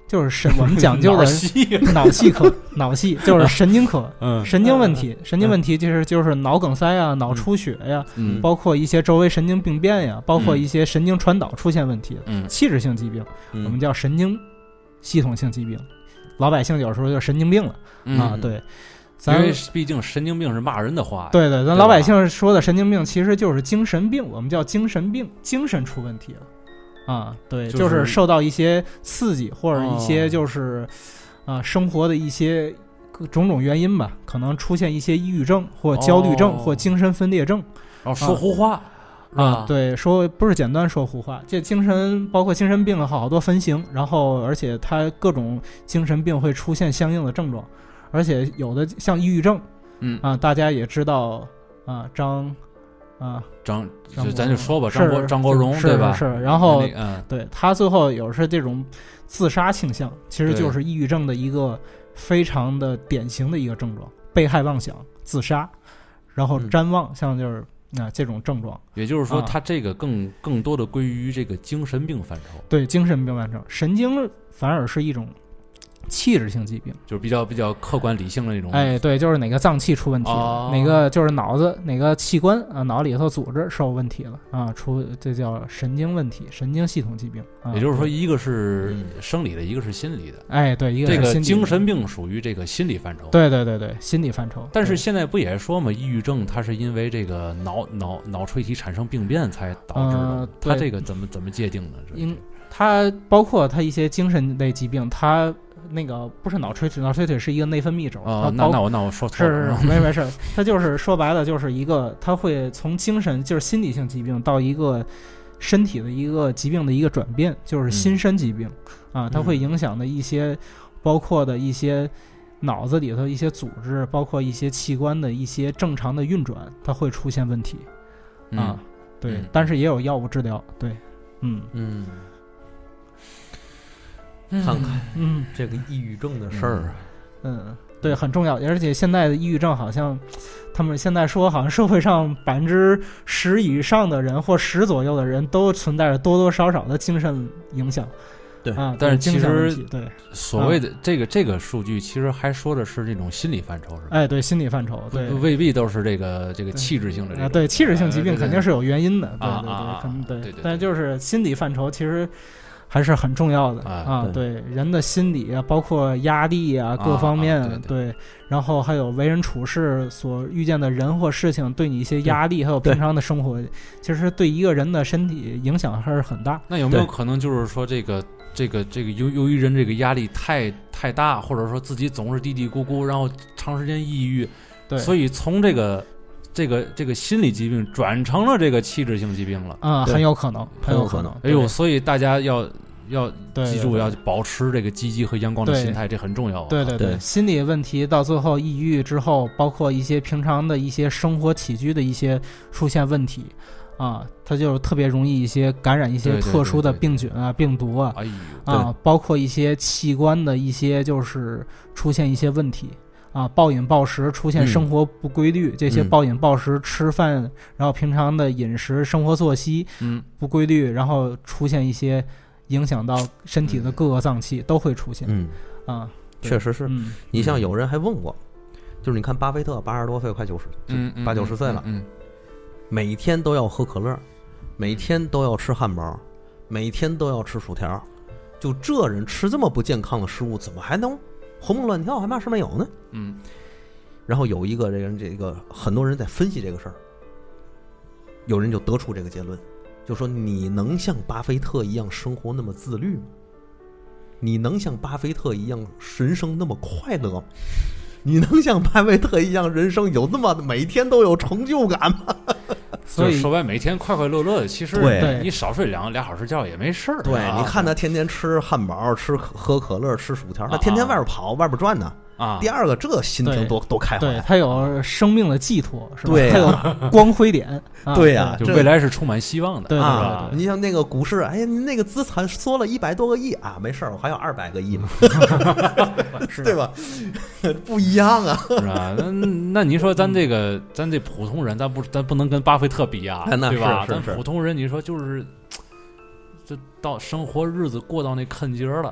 S4: 就是神我们讲究的
S3: 脑细
S4: 脑细科，脑细就是神经科，
S3: 嗯
S4: 神经问题，神经问题就是就是脑梗塞啊、脑出血呀、
S3: 嗯
S4: 包括一些周围神经病变呀，包括一些神经传导出现问题，
S3: 嗯
S4: 器质性疾病，
S2: 嗯
S4: 我们叫神经系统性疾病，老百姓有时候就神经病了、
S3: 嗯
S4: 啊，对。
S3: 因
S4: 咱
S3: 为毕竟神经病是骂人的话呀，
S4: 对对，咱
S3: 对吧
S4: 老百姓说的神经病其实就是精神病，我们叫精神病，精神出问题了啊。对，
S3: 就是
S4: 就是受到一些刺激或者一些
S3: 哦
S4: 就是、啊生活的一些各种种原因吧，可能出现一些抑郁症或焦虑症、
S3: 哦
S4: 或精神分裂症
S3: 然后说胡话是
S4: 啊
S3: 吧。
S4: 对，说不是简单说胡话，这精神包括精神病好多分型，然后而且它各种精神病会出现相应的症状，而且有的像抑郁症。
S3: 嗯
S4: 啊，大家也知道啊，张啊，
S3: 张
S4: 张国
S3: 就咱就说吧，
S4: 是
S3: 张国张国荣
S4: 是
S3: 对吧？
S4: 是是然后
S3: 那个嗯
S4: 对他最后有时这种自杀倾向，其实
S3: 对
S4: 就是抑郁症的一个非常的典型的一个症状，被害妄想、自杀，然后
S2: 嗯
S4: 瞻望，像就是啊这种症状，
S3: 也就是说，
S4: 啊
S3: 他这个更更多的归于这个精神病范畴，
S4: 对精神病患症，神经反而是一种器质性疾病。
S3: 就是比较比较客观理性的那种。
S4: 哎，对，就是哪个脏器出问题了，
S3: 哦
S4: 哪个就是脑子哪个器官啊，脑里头组织受问题了啊，出这叫神经问题，神经系统疾病。啊、
S3: 也就是说，
S4: 对，
S3: 一个是
S2: 嗯
S3: 生理的，一个是心理的。
S4: 哎，对，一个
S3: 这个
S4: 是心理
S3: 精神病属于这个心理范畴。。
S4: 对对对对，心理范畴。
S3: 但是
S4: 对
S3: 现在不也说嘛，抑郁症它是因为这个脑脑脑垂体产生病变才导致的。
S4: 呃对
S3: 它这个怎么怎么界定呢？这
S4: 因它包括它一些精神类疾病，它那个不是脑垂体，脑垂体是一个内分泌轴。
S3: 哦
S4: 它，包
S3: 那那我那我说错
S4: 是
S3: 了。
S4: 是是没没事，它就是说白了就是一个，它会从精神就是心理性疾病到一个身体的一个疾病的一个转变，就是心身疾病、啊，它会影响的一些，包括的一些脑子里头一些组织，包括一些器官的一些正常的运转，它会出现问题啊。
S3: 嗯
S4: 对、
S3: 嗯
S4: 但是也有药物治疗。对，嗯
S2: 嗯，
S3: 嗯
S2: 看看
S4: 嗯
S2: 这个抑郁症的事儿啊，
S4: 嗯，对，很重要。而且现在的抑郁症好像，他们现在说好像社会上百分之十以上的人或十左右的人都存在着多多少少的精神影响。
S2: 对
S4: 啊，
S3: 但是
S4: 对精神问
S3: 其实
S4: 题对，
S3: 所谓的这个这个数据，其实还说的是这种心理范畴，是吧？
S4: 哎，对心理范畴，对。
S3: 未必都是这个这个气质性的这
S4: 啊，
S3: 种。
S4: 对，器质性疾病
S3: 呃
S4: 肯定是有原因的，对对
S3: 啊啊啊
S4: 对，肯定
S3: 对对对
S4: 但就是心理范畴其实还是很重要的
S3: 啊
S4: 啊，对人的心理啊，包括压力啊，各
S3: 啊
S4: 方面
S3: 啊对
S4: 对，然后还有为人处事所遇见的人或事情对你一些压力，还有平常的生活，其实对一个人的身体影响还是很大。
S3: 那有没有
S2: 对
S3: 可能就是说这个这个这个由由于人这个压力太太大，或者说自己总是嘀嘀咕咕，然后长时间抑郁，
S4: 对，
S3: 所以从这个这个这个心理疾病转成了这个器质性疾病了。
S4: 啊、
S2: 对
S4: 很有可能，很有
S2: 很有可能
S3: 哎呦，所以大家要要
S4: 对
S3: 记住，
S4: 对
S3: 要保持这个积极和阳光的
S4: 对
S3: 心态，这很重要啊。
S4: 对对
S2: 对
S4: 心理问题到最后抑郁之后，包括一些平常的一些生活起居的一些出现问题，啊，它就特别容易一些感染一些
S3: 对对
S4: 特殊的
S3: 对对
S4: 病菌啊、病毒啊，
S3: 哎呦，
S4: 啊，包括一些器官的一些就是出现一些问题。啊，暴饮暴食，出现
S2: 嗯
S4: 生活不规律，这些
S2: 嗯
S4: 暴饮暴食吃饭，然后平常的饮食生活作息
S3: 嗯，
S4: 不规律，然后出现一些影响到身体的各个脏器都会出现、
S2: 嗯，
S4: 啊。对
S2: 确实是。
S4: 嗯，
S2: 你像有人还问过，就是你看巴菲特八十多岁，快九十，
S3: 嗯嗯
S2: 八九十岁了，
S3: 嗯，
S2: 每天都要喝可乐，每天都要吃汉堡，每天都要吃薯条，就这人吃这么不健康的食物，怎么还能活蹦乱跳，还嘛事没有呢？
S3: 嗯，
S2: 然后有一个这个人，这个很多人在分析这个事儿，有人就得出这个结论，就说你能像巴菲特一样生活那么自律吗？你能像巴菲特一样人生那么快乐吗？你能像巴菲特一样人生有那么每天都有成就感吗？
S4: 所以
S3: 就是说白，每天快快乐乐的，其实
S2: 对
S3: 你少睡两俩小时觉也没事儿。
S2: 对，
S3: 啊
S2: 你看他天天吃汉堡、吃喝可乐、吃薯条，他天天外边跑、外边转呢。
S3: 啊，
S2: 第二个，这心情多多开怀。
S4: 对他有生命的寄托，是吧？
S2: 对呀
S4: 他有光辉点。啊、
S2: 对呀
S3: 就
S2: 这
S3: 未来是充满希望的。
S4: 对对
S2: 啊
S4: 对，
S2: 你像那个股市，哎呀，你那个资产缩了一百多个亿啊，没事儿，我还有二百个亿嘛，对吧？不一样啊，
S3: 是吧？那那你说咱这个咱这普通人，咱不咱不能跟巴菲特比啊，
S2: 哎那
S3: 对吧？
S2: 是是是
S3: 咱普通人，你说就是，这到生活日子过到那坑节儿了，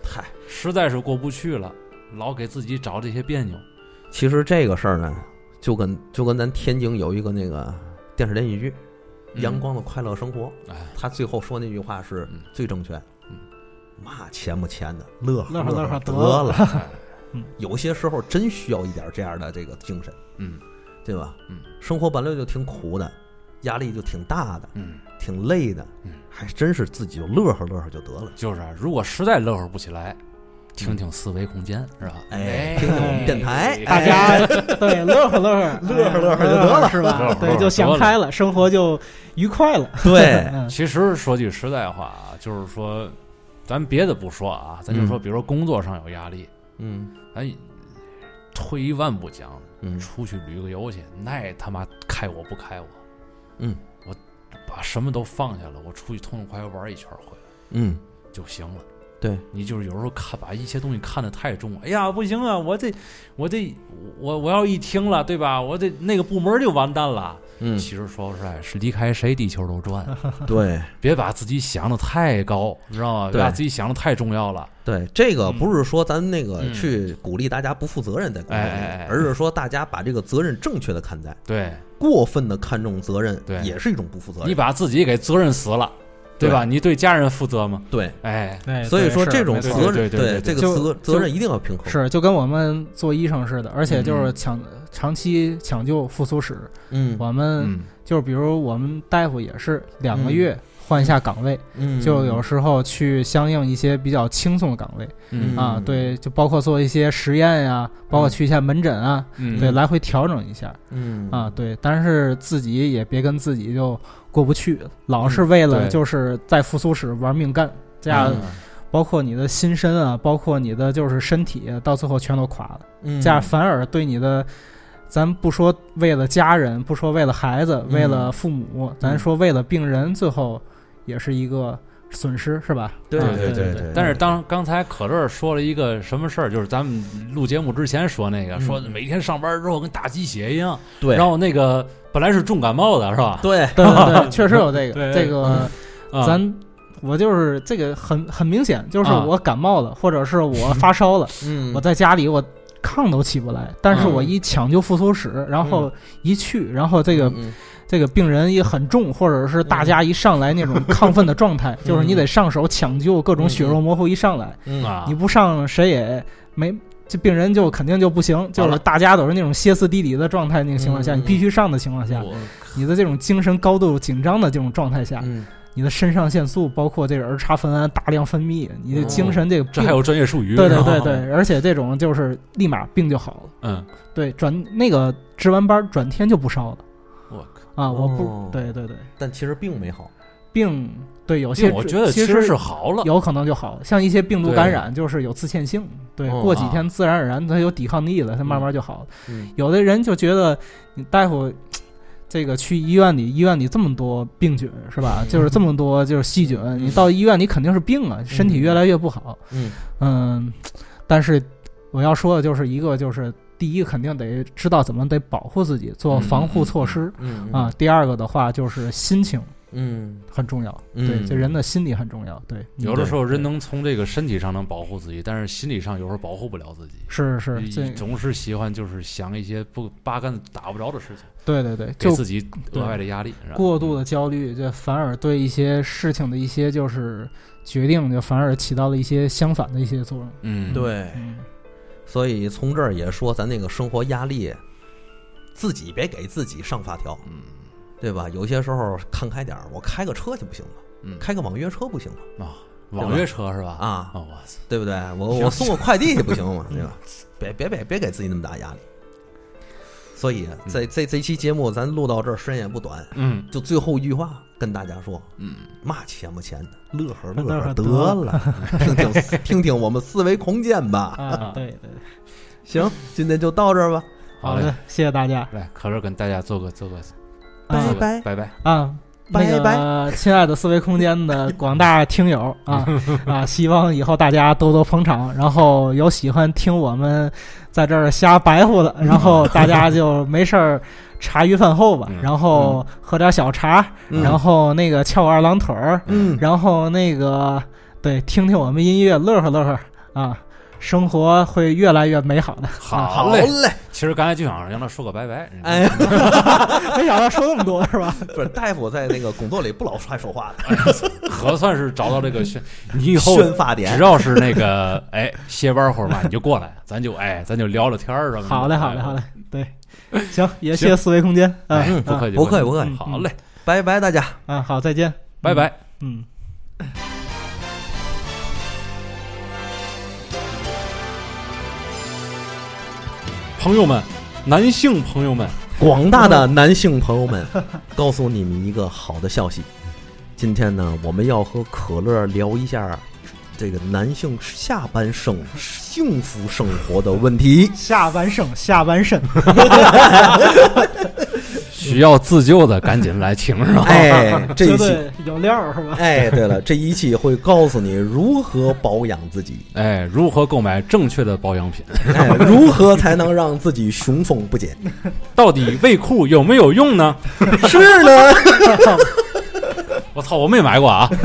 S2: 嗨，
S3: 实在是过不去了，老给自己找这些别扭。
S2: 其实这个事儿呢，就跟就跟咱天津有一个那个电视连续剧《阳光的快乐生活》，
S3: 哎，
S2: 他最后说那句话是最正确。
S3: 嗯，
S2: 嘛钱不钱的，乐呵
S4: 乐呵乐呵
S2: 得
S4: 得
S2: 了。
S4: 嗯，
S2: 有些时候真需要一点这样的这个精神，
S3: 嗯，
S2: 对吧？
S3: 嗯，
S2: 生活本来就挺苦的，压力就挺大的，
S3: 嗯，
S2: 挺累的，
S3: 嗯，
S2: 还真是自己就乐呵乐呵就得了。
S3: 就是啊，如果实在乐呵不起来，听听思维空间是吧？
S2: 哎，听听我们电台，
S4: 大家对乐呵乐呵
S2: 乐呵乐呵就得了，
S4: 是吧？
S3: 乐呵
S4: 对，就想开了，生活就愉快了。
S2: 对，
S4: 嗯
S3: 其实说句实在话啊，就是说，咱别的不说啊，咱就说，比如说工作上有压力，
S2: 嗯
S3: 咱退一万步讲，
S2: 嗯
S3: 出去旅个游去，那他妈开我不开我，
S2: 嗯，
S3: 我把什么都放下了，我出去痛痛快快玩一圈回来
S2: 嗯，
S3: 就行了。
S2: 对，
S3: 你就是有时候看把一些东西看得太重，哎呀不行啊，我这我这我我要一听了，对吧？我这那个部门就完蛋了。
S2: 嗯，
S3: 其实说实在，是离开谁地球都转，
S2: 对
S3: 别把自己想的太高，知道吗？别把自己想的太重要了。
S2: 对，这个不是说咱那个
S3: 嗯
S2: 去鼓励大家不负责任在工作里，
S3: 哎哎哎
S2: 而是说大家把这个责任正确的看待，
S3: 对，
S2: 过分的看重责任，
S3: 对
S2: 也是一种不负责任。
S3: 你把自己给责任死了，对吧？你对家人负责吗？
S2: 对，
S3: 哎，
S4: 对，
S2: 所以说
S4: 对
S2: 这种
S4: 是
S2: 责任，
S3: 对对对对
S2: 这个
S4: 就
S2: 责
S4: 就
S2: 责任一定要平衡。
S4: 是就跟我们做医生似的，而且就是
S3: 嗯
S4: 抢长期抢救复苏室，
S2: 嗯
S4: 我们
S3: 嗯
S4: 就是比如我们大夫也是两个月换一下岗位，
S2: 嗯，
S4: 就有时候去相应一些比较轻松的岗位
S3: 嗯
S4: 啊，对，就包括做一些实验呀，包括去一下门诊啊，
S3: 嗯，
S4: 对，来回调整一下
S2: 嗯
S4: 啊，对，但是自己也别跟自己就过不去，老是为了
S3: 对
S4: 就是在复苏室玩命干，这样
S2: 嗯
S4: 包括你的心身啊，包括你的就是身体，到最后全都垮了，
S2: 嗯
S4: 这样反而对你的。咱不说为了家人，不说为了孩子，
S2: 嗯
S4: 为了父母，咱说为了病人，最后也是一个损失，是吧？
S2: 对
S4: 啊
S2: 对对
S4: 对对
S3: 但是当刚才可乐说了一个什么事儿，就是咱们录节目之前说那个，
S2: 嗯
S3: 说每天上班之后跟打鸡血一样，
S2: 对，
S3: 然后那个本来是重感冒的是吧？
S2: 对
S4: 对对对，确实有这个，
S3: 对
S4: 这个
S3: 啊
S4: 咱我就是这个很很明显，就是
S3: 啊
S4: 我感冒了，或者是我发烧了，
S2: 嗯
S4: 我在家里我炕都起不来，但是我一抢救复苏室，然后一去，然后这个
S2: 嗯
S4: 这个病人也很重，或者是大家一上来那种亢奋的状态，就是你得上手抢救，各种血肉模糊一上来，
S2: 嗯
S3: 啊，
S4: 你不上谁也没。这病人就肯定就不行，就是大家都是那种歇斯底里的状态，那个情况下，
S2: 嗯
S4: 你必须上的情况下，
S3: 我
S4: 你的这种精神高度紧张的这种状态下，
S2: 嗯
S4: 你的肾上腺素包括这个儿茶酚胺大量分泌，你的精神这个病、
S3: 这还有专业术语，
S4: 对对
S3: 是吧
S4: 对对，而且这种就是立马病就好了。
S3: 嗯，
S4: 对，转那个值完班转天就不烧了
S3: 我靠，
S4: 啊！我不，
S2: 哦
S4: 对对对，
S2: 但其实并没好。
S4: 病对有些
S3: 我觉得
S4: 其
S3: 实是好了，
S4: 有可能就好了，像一些病毒感染就是有自限性，对，
S2: 哦
S4: 过几天自然而然它有抵抗力了，它慢慢就好了。
S2: 嗯
S4: 有的人就觉得你大夫。这个去医院里，医院里这么多病菌是吧？就是这么多就是细菌，你到医院里肯定是病啊，身体越来越不好。
S2: 嗯
S4: 嗯，但是我要说的就是一个就是第一肯定得知道怎么得保护自己，做防护措施
S2: 嗯
S4: 啊。第二个的话就是心情
S2: 嗯
S4: 很重要，
S2: 嗯
S4: 对，这人的心理很重要，对。
S3: 有的时候人能从这个身体上能保护自己，但是心理上有时候保护不了自己。
S4: 是是，这
S3: 总是喜欢就是想一些不八竿子打不着的事情，
S4: 对对对，就
S3: 给自己额外的压力。是吧
S4: 过度的焦虑，这反而对一些事情的一些就是决定，就反而起到了一些相反的一些作用。
S3: 嗯，
S2: 对，
S4: 嗯，
S2: 所以从这儿也说，咱那个生活压力，自己别给自己上发条，
S3: 嗯
S2: 对吧？有些时候看开点儿，我开个车就不行吗？
S3: 嗯
S2: 开个网约车不行吗？
S3: 啊，网约车是吧？
S2: 啊，
S3: 哦，我操，
S2: 对不对？我我送个快递去不行吗？对吧？别别别别给自己那么大压力。所以这这这期节目咱录到这儿，时间也不短，
S3: 嗯
S2: 就最后一句话跟大家说，
S3: 嗯，
S2: 嘛钱不钱的，乐呵乐呵
S4: 乐呵得
S2: 得了，听听听听我们思维空间吧。
S4: 啊，对对对，
S2: 行，今天就到这儿吧，
S3: 好嘞
S4: 好的，谢谢大家
S3: 来，可乐跟大家做个做个
S2: 拜
S3: 做个
S2: 拜
S3: 拜拜。
S4: 啊。
S2: 拜
S4: 那个亲爱的思维空间的广大听友啊啊，希望以后大家多多捧场，然后有喜欢听我们在这儿瞎白活的，然后大家就没事儿茶余饭后吧，
S3: 嗯
S4: 然后喝点小茶，
S2: 嗯
S4: 然后那个翘二郎腿儿，
S2: 嗯，
S4: 然后那个对听听我们音乐乐呵乐呵啊，生活会越来越美好的。
S3: 好嘞，其实刚才就想让他说个拜拜，
S2: 哎，
S4: 没想到说那么多是吧？
S2: 不是大夫在那个工作里不老爱说话的，
S3: 可算是找到这个宣，你以后
S2: 宣发点，
S3: 只要是那个哎歇班或者嘛，你就过来，咱就哎咱就聊聊天儿什么的。
S4: 好嘞，好嘞，好嘞，对，行，也谢谢四维空间，
S3: 嗯，不客气，
S2: 不客气，不客气，
S3: 好嘞，
S2: 拜拜大家，
S4: 啊，好，再见，
S3: 拜拜，
S4: 嗯。
S3: 朋友们，男性朋友们，
S2: 广大的男性朋友们，告诉你们一个好的消息。今天呢，我们要和可乐聊一下这个男性下半生幸福生活的问题。
S4: 下半生，下半身，
S3: 需要自救的赶紧来听是吧？
S2: 哎，这一期
S4: 有料是吧？
S2: 哎，对了，这一期会告诉你如何保养自己，
S3: 哎，如何购买正确的保养品，
S2: 哎，如何才能让自己雄风不减？
S3: 到底卫裤有没有用呢？
S2: 是呢。
S3: 我操，我没买过啊。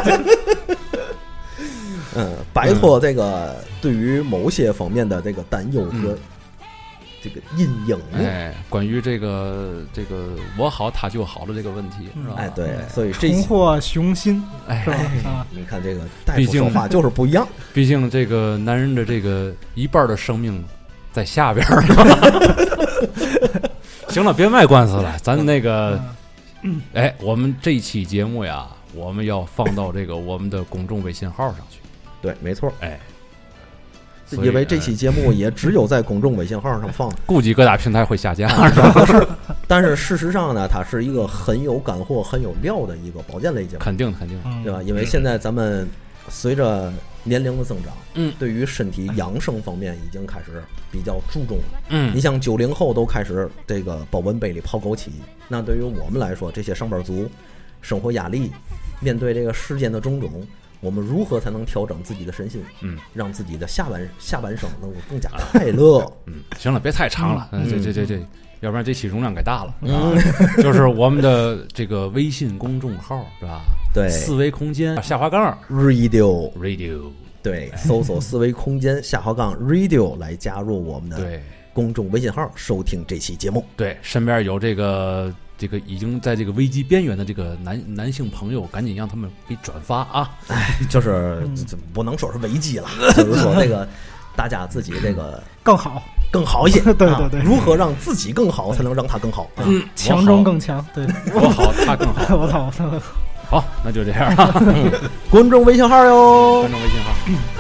S2: 嗯，摆脱这个对于某些方面的这个担忧和这个阴影。
S3: 哎，关于这个这个我好他就好的这个问题，是吧？
S2: 哎，对，所以这
S4: 重获雄心，
S3: 哎，
S4: 是吧？啊，
S2: 你看这个大夫说话就是不一样。
S3: 毕竟这个男人的这个一半的生命在下边儿。行了，别卖官司了，咱那个，哎，我们这一期节目呀，我们要放到这个我们的公众微信号上去。
S2: 对，没错，
S3: 哎，
S2: 因为这期节目也只有在公众微信号上放，
S3: 估计各大平台会下架。
S2: 是，但是事实上呢，它是一个很有干货、很有料的一个保健类节目，
S3: 肯定肯定，
S2: 对吧？因为现在咱们随着年龄的增长，
S3: 嗯，
S2: 对于身体养生方面已经开始比较注重了。
S3: 嗯，
S2: 你像九零后都开始这个保温杯里泡枸杞，那对于我们来说，这些上班族，生活压力，面对这个世间的种种。我们如何才能调整自己的身心？嗯，让自己的下半下半生能够更加快乐。
S3: 嗯，行了，别太长了，嗯、这这这这，要不然这期容量给大了。
S2: 嗯，
S3: 啊、就是我们的这个微信公众号是吧？
S2: 对，
S3: 四维空间下滑杠
S2: radio
S3: radio，
S2: 对，搜索四维空间下滑杠 radio 来加入我们的
S3: 对
S2: 公众微信号，收听这期节目。
S3: 对，身边有这个。这个已经在这个危机边缘的这个男男性朋友，赶紧让他们给转发啊！
S2: 哎，就是不能说是危机了，就是说这个大家自己这个
S4: 更好，
S2: 更好一些。
S4: 对对对，
S2: 啊，如何让自己更好，才能让他更好？
S3: 嗯，
S4: 强中更强。对，
S3: 我好，他更好。
S4: 我操，我操！
S3: 好，那就这样啊。
S2: 公众微信号哟，
S3: 公众微信号。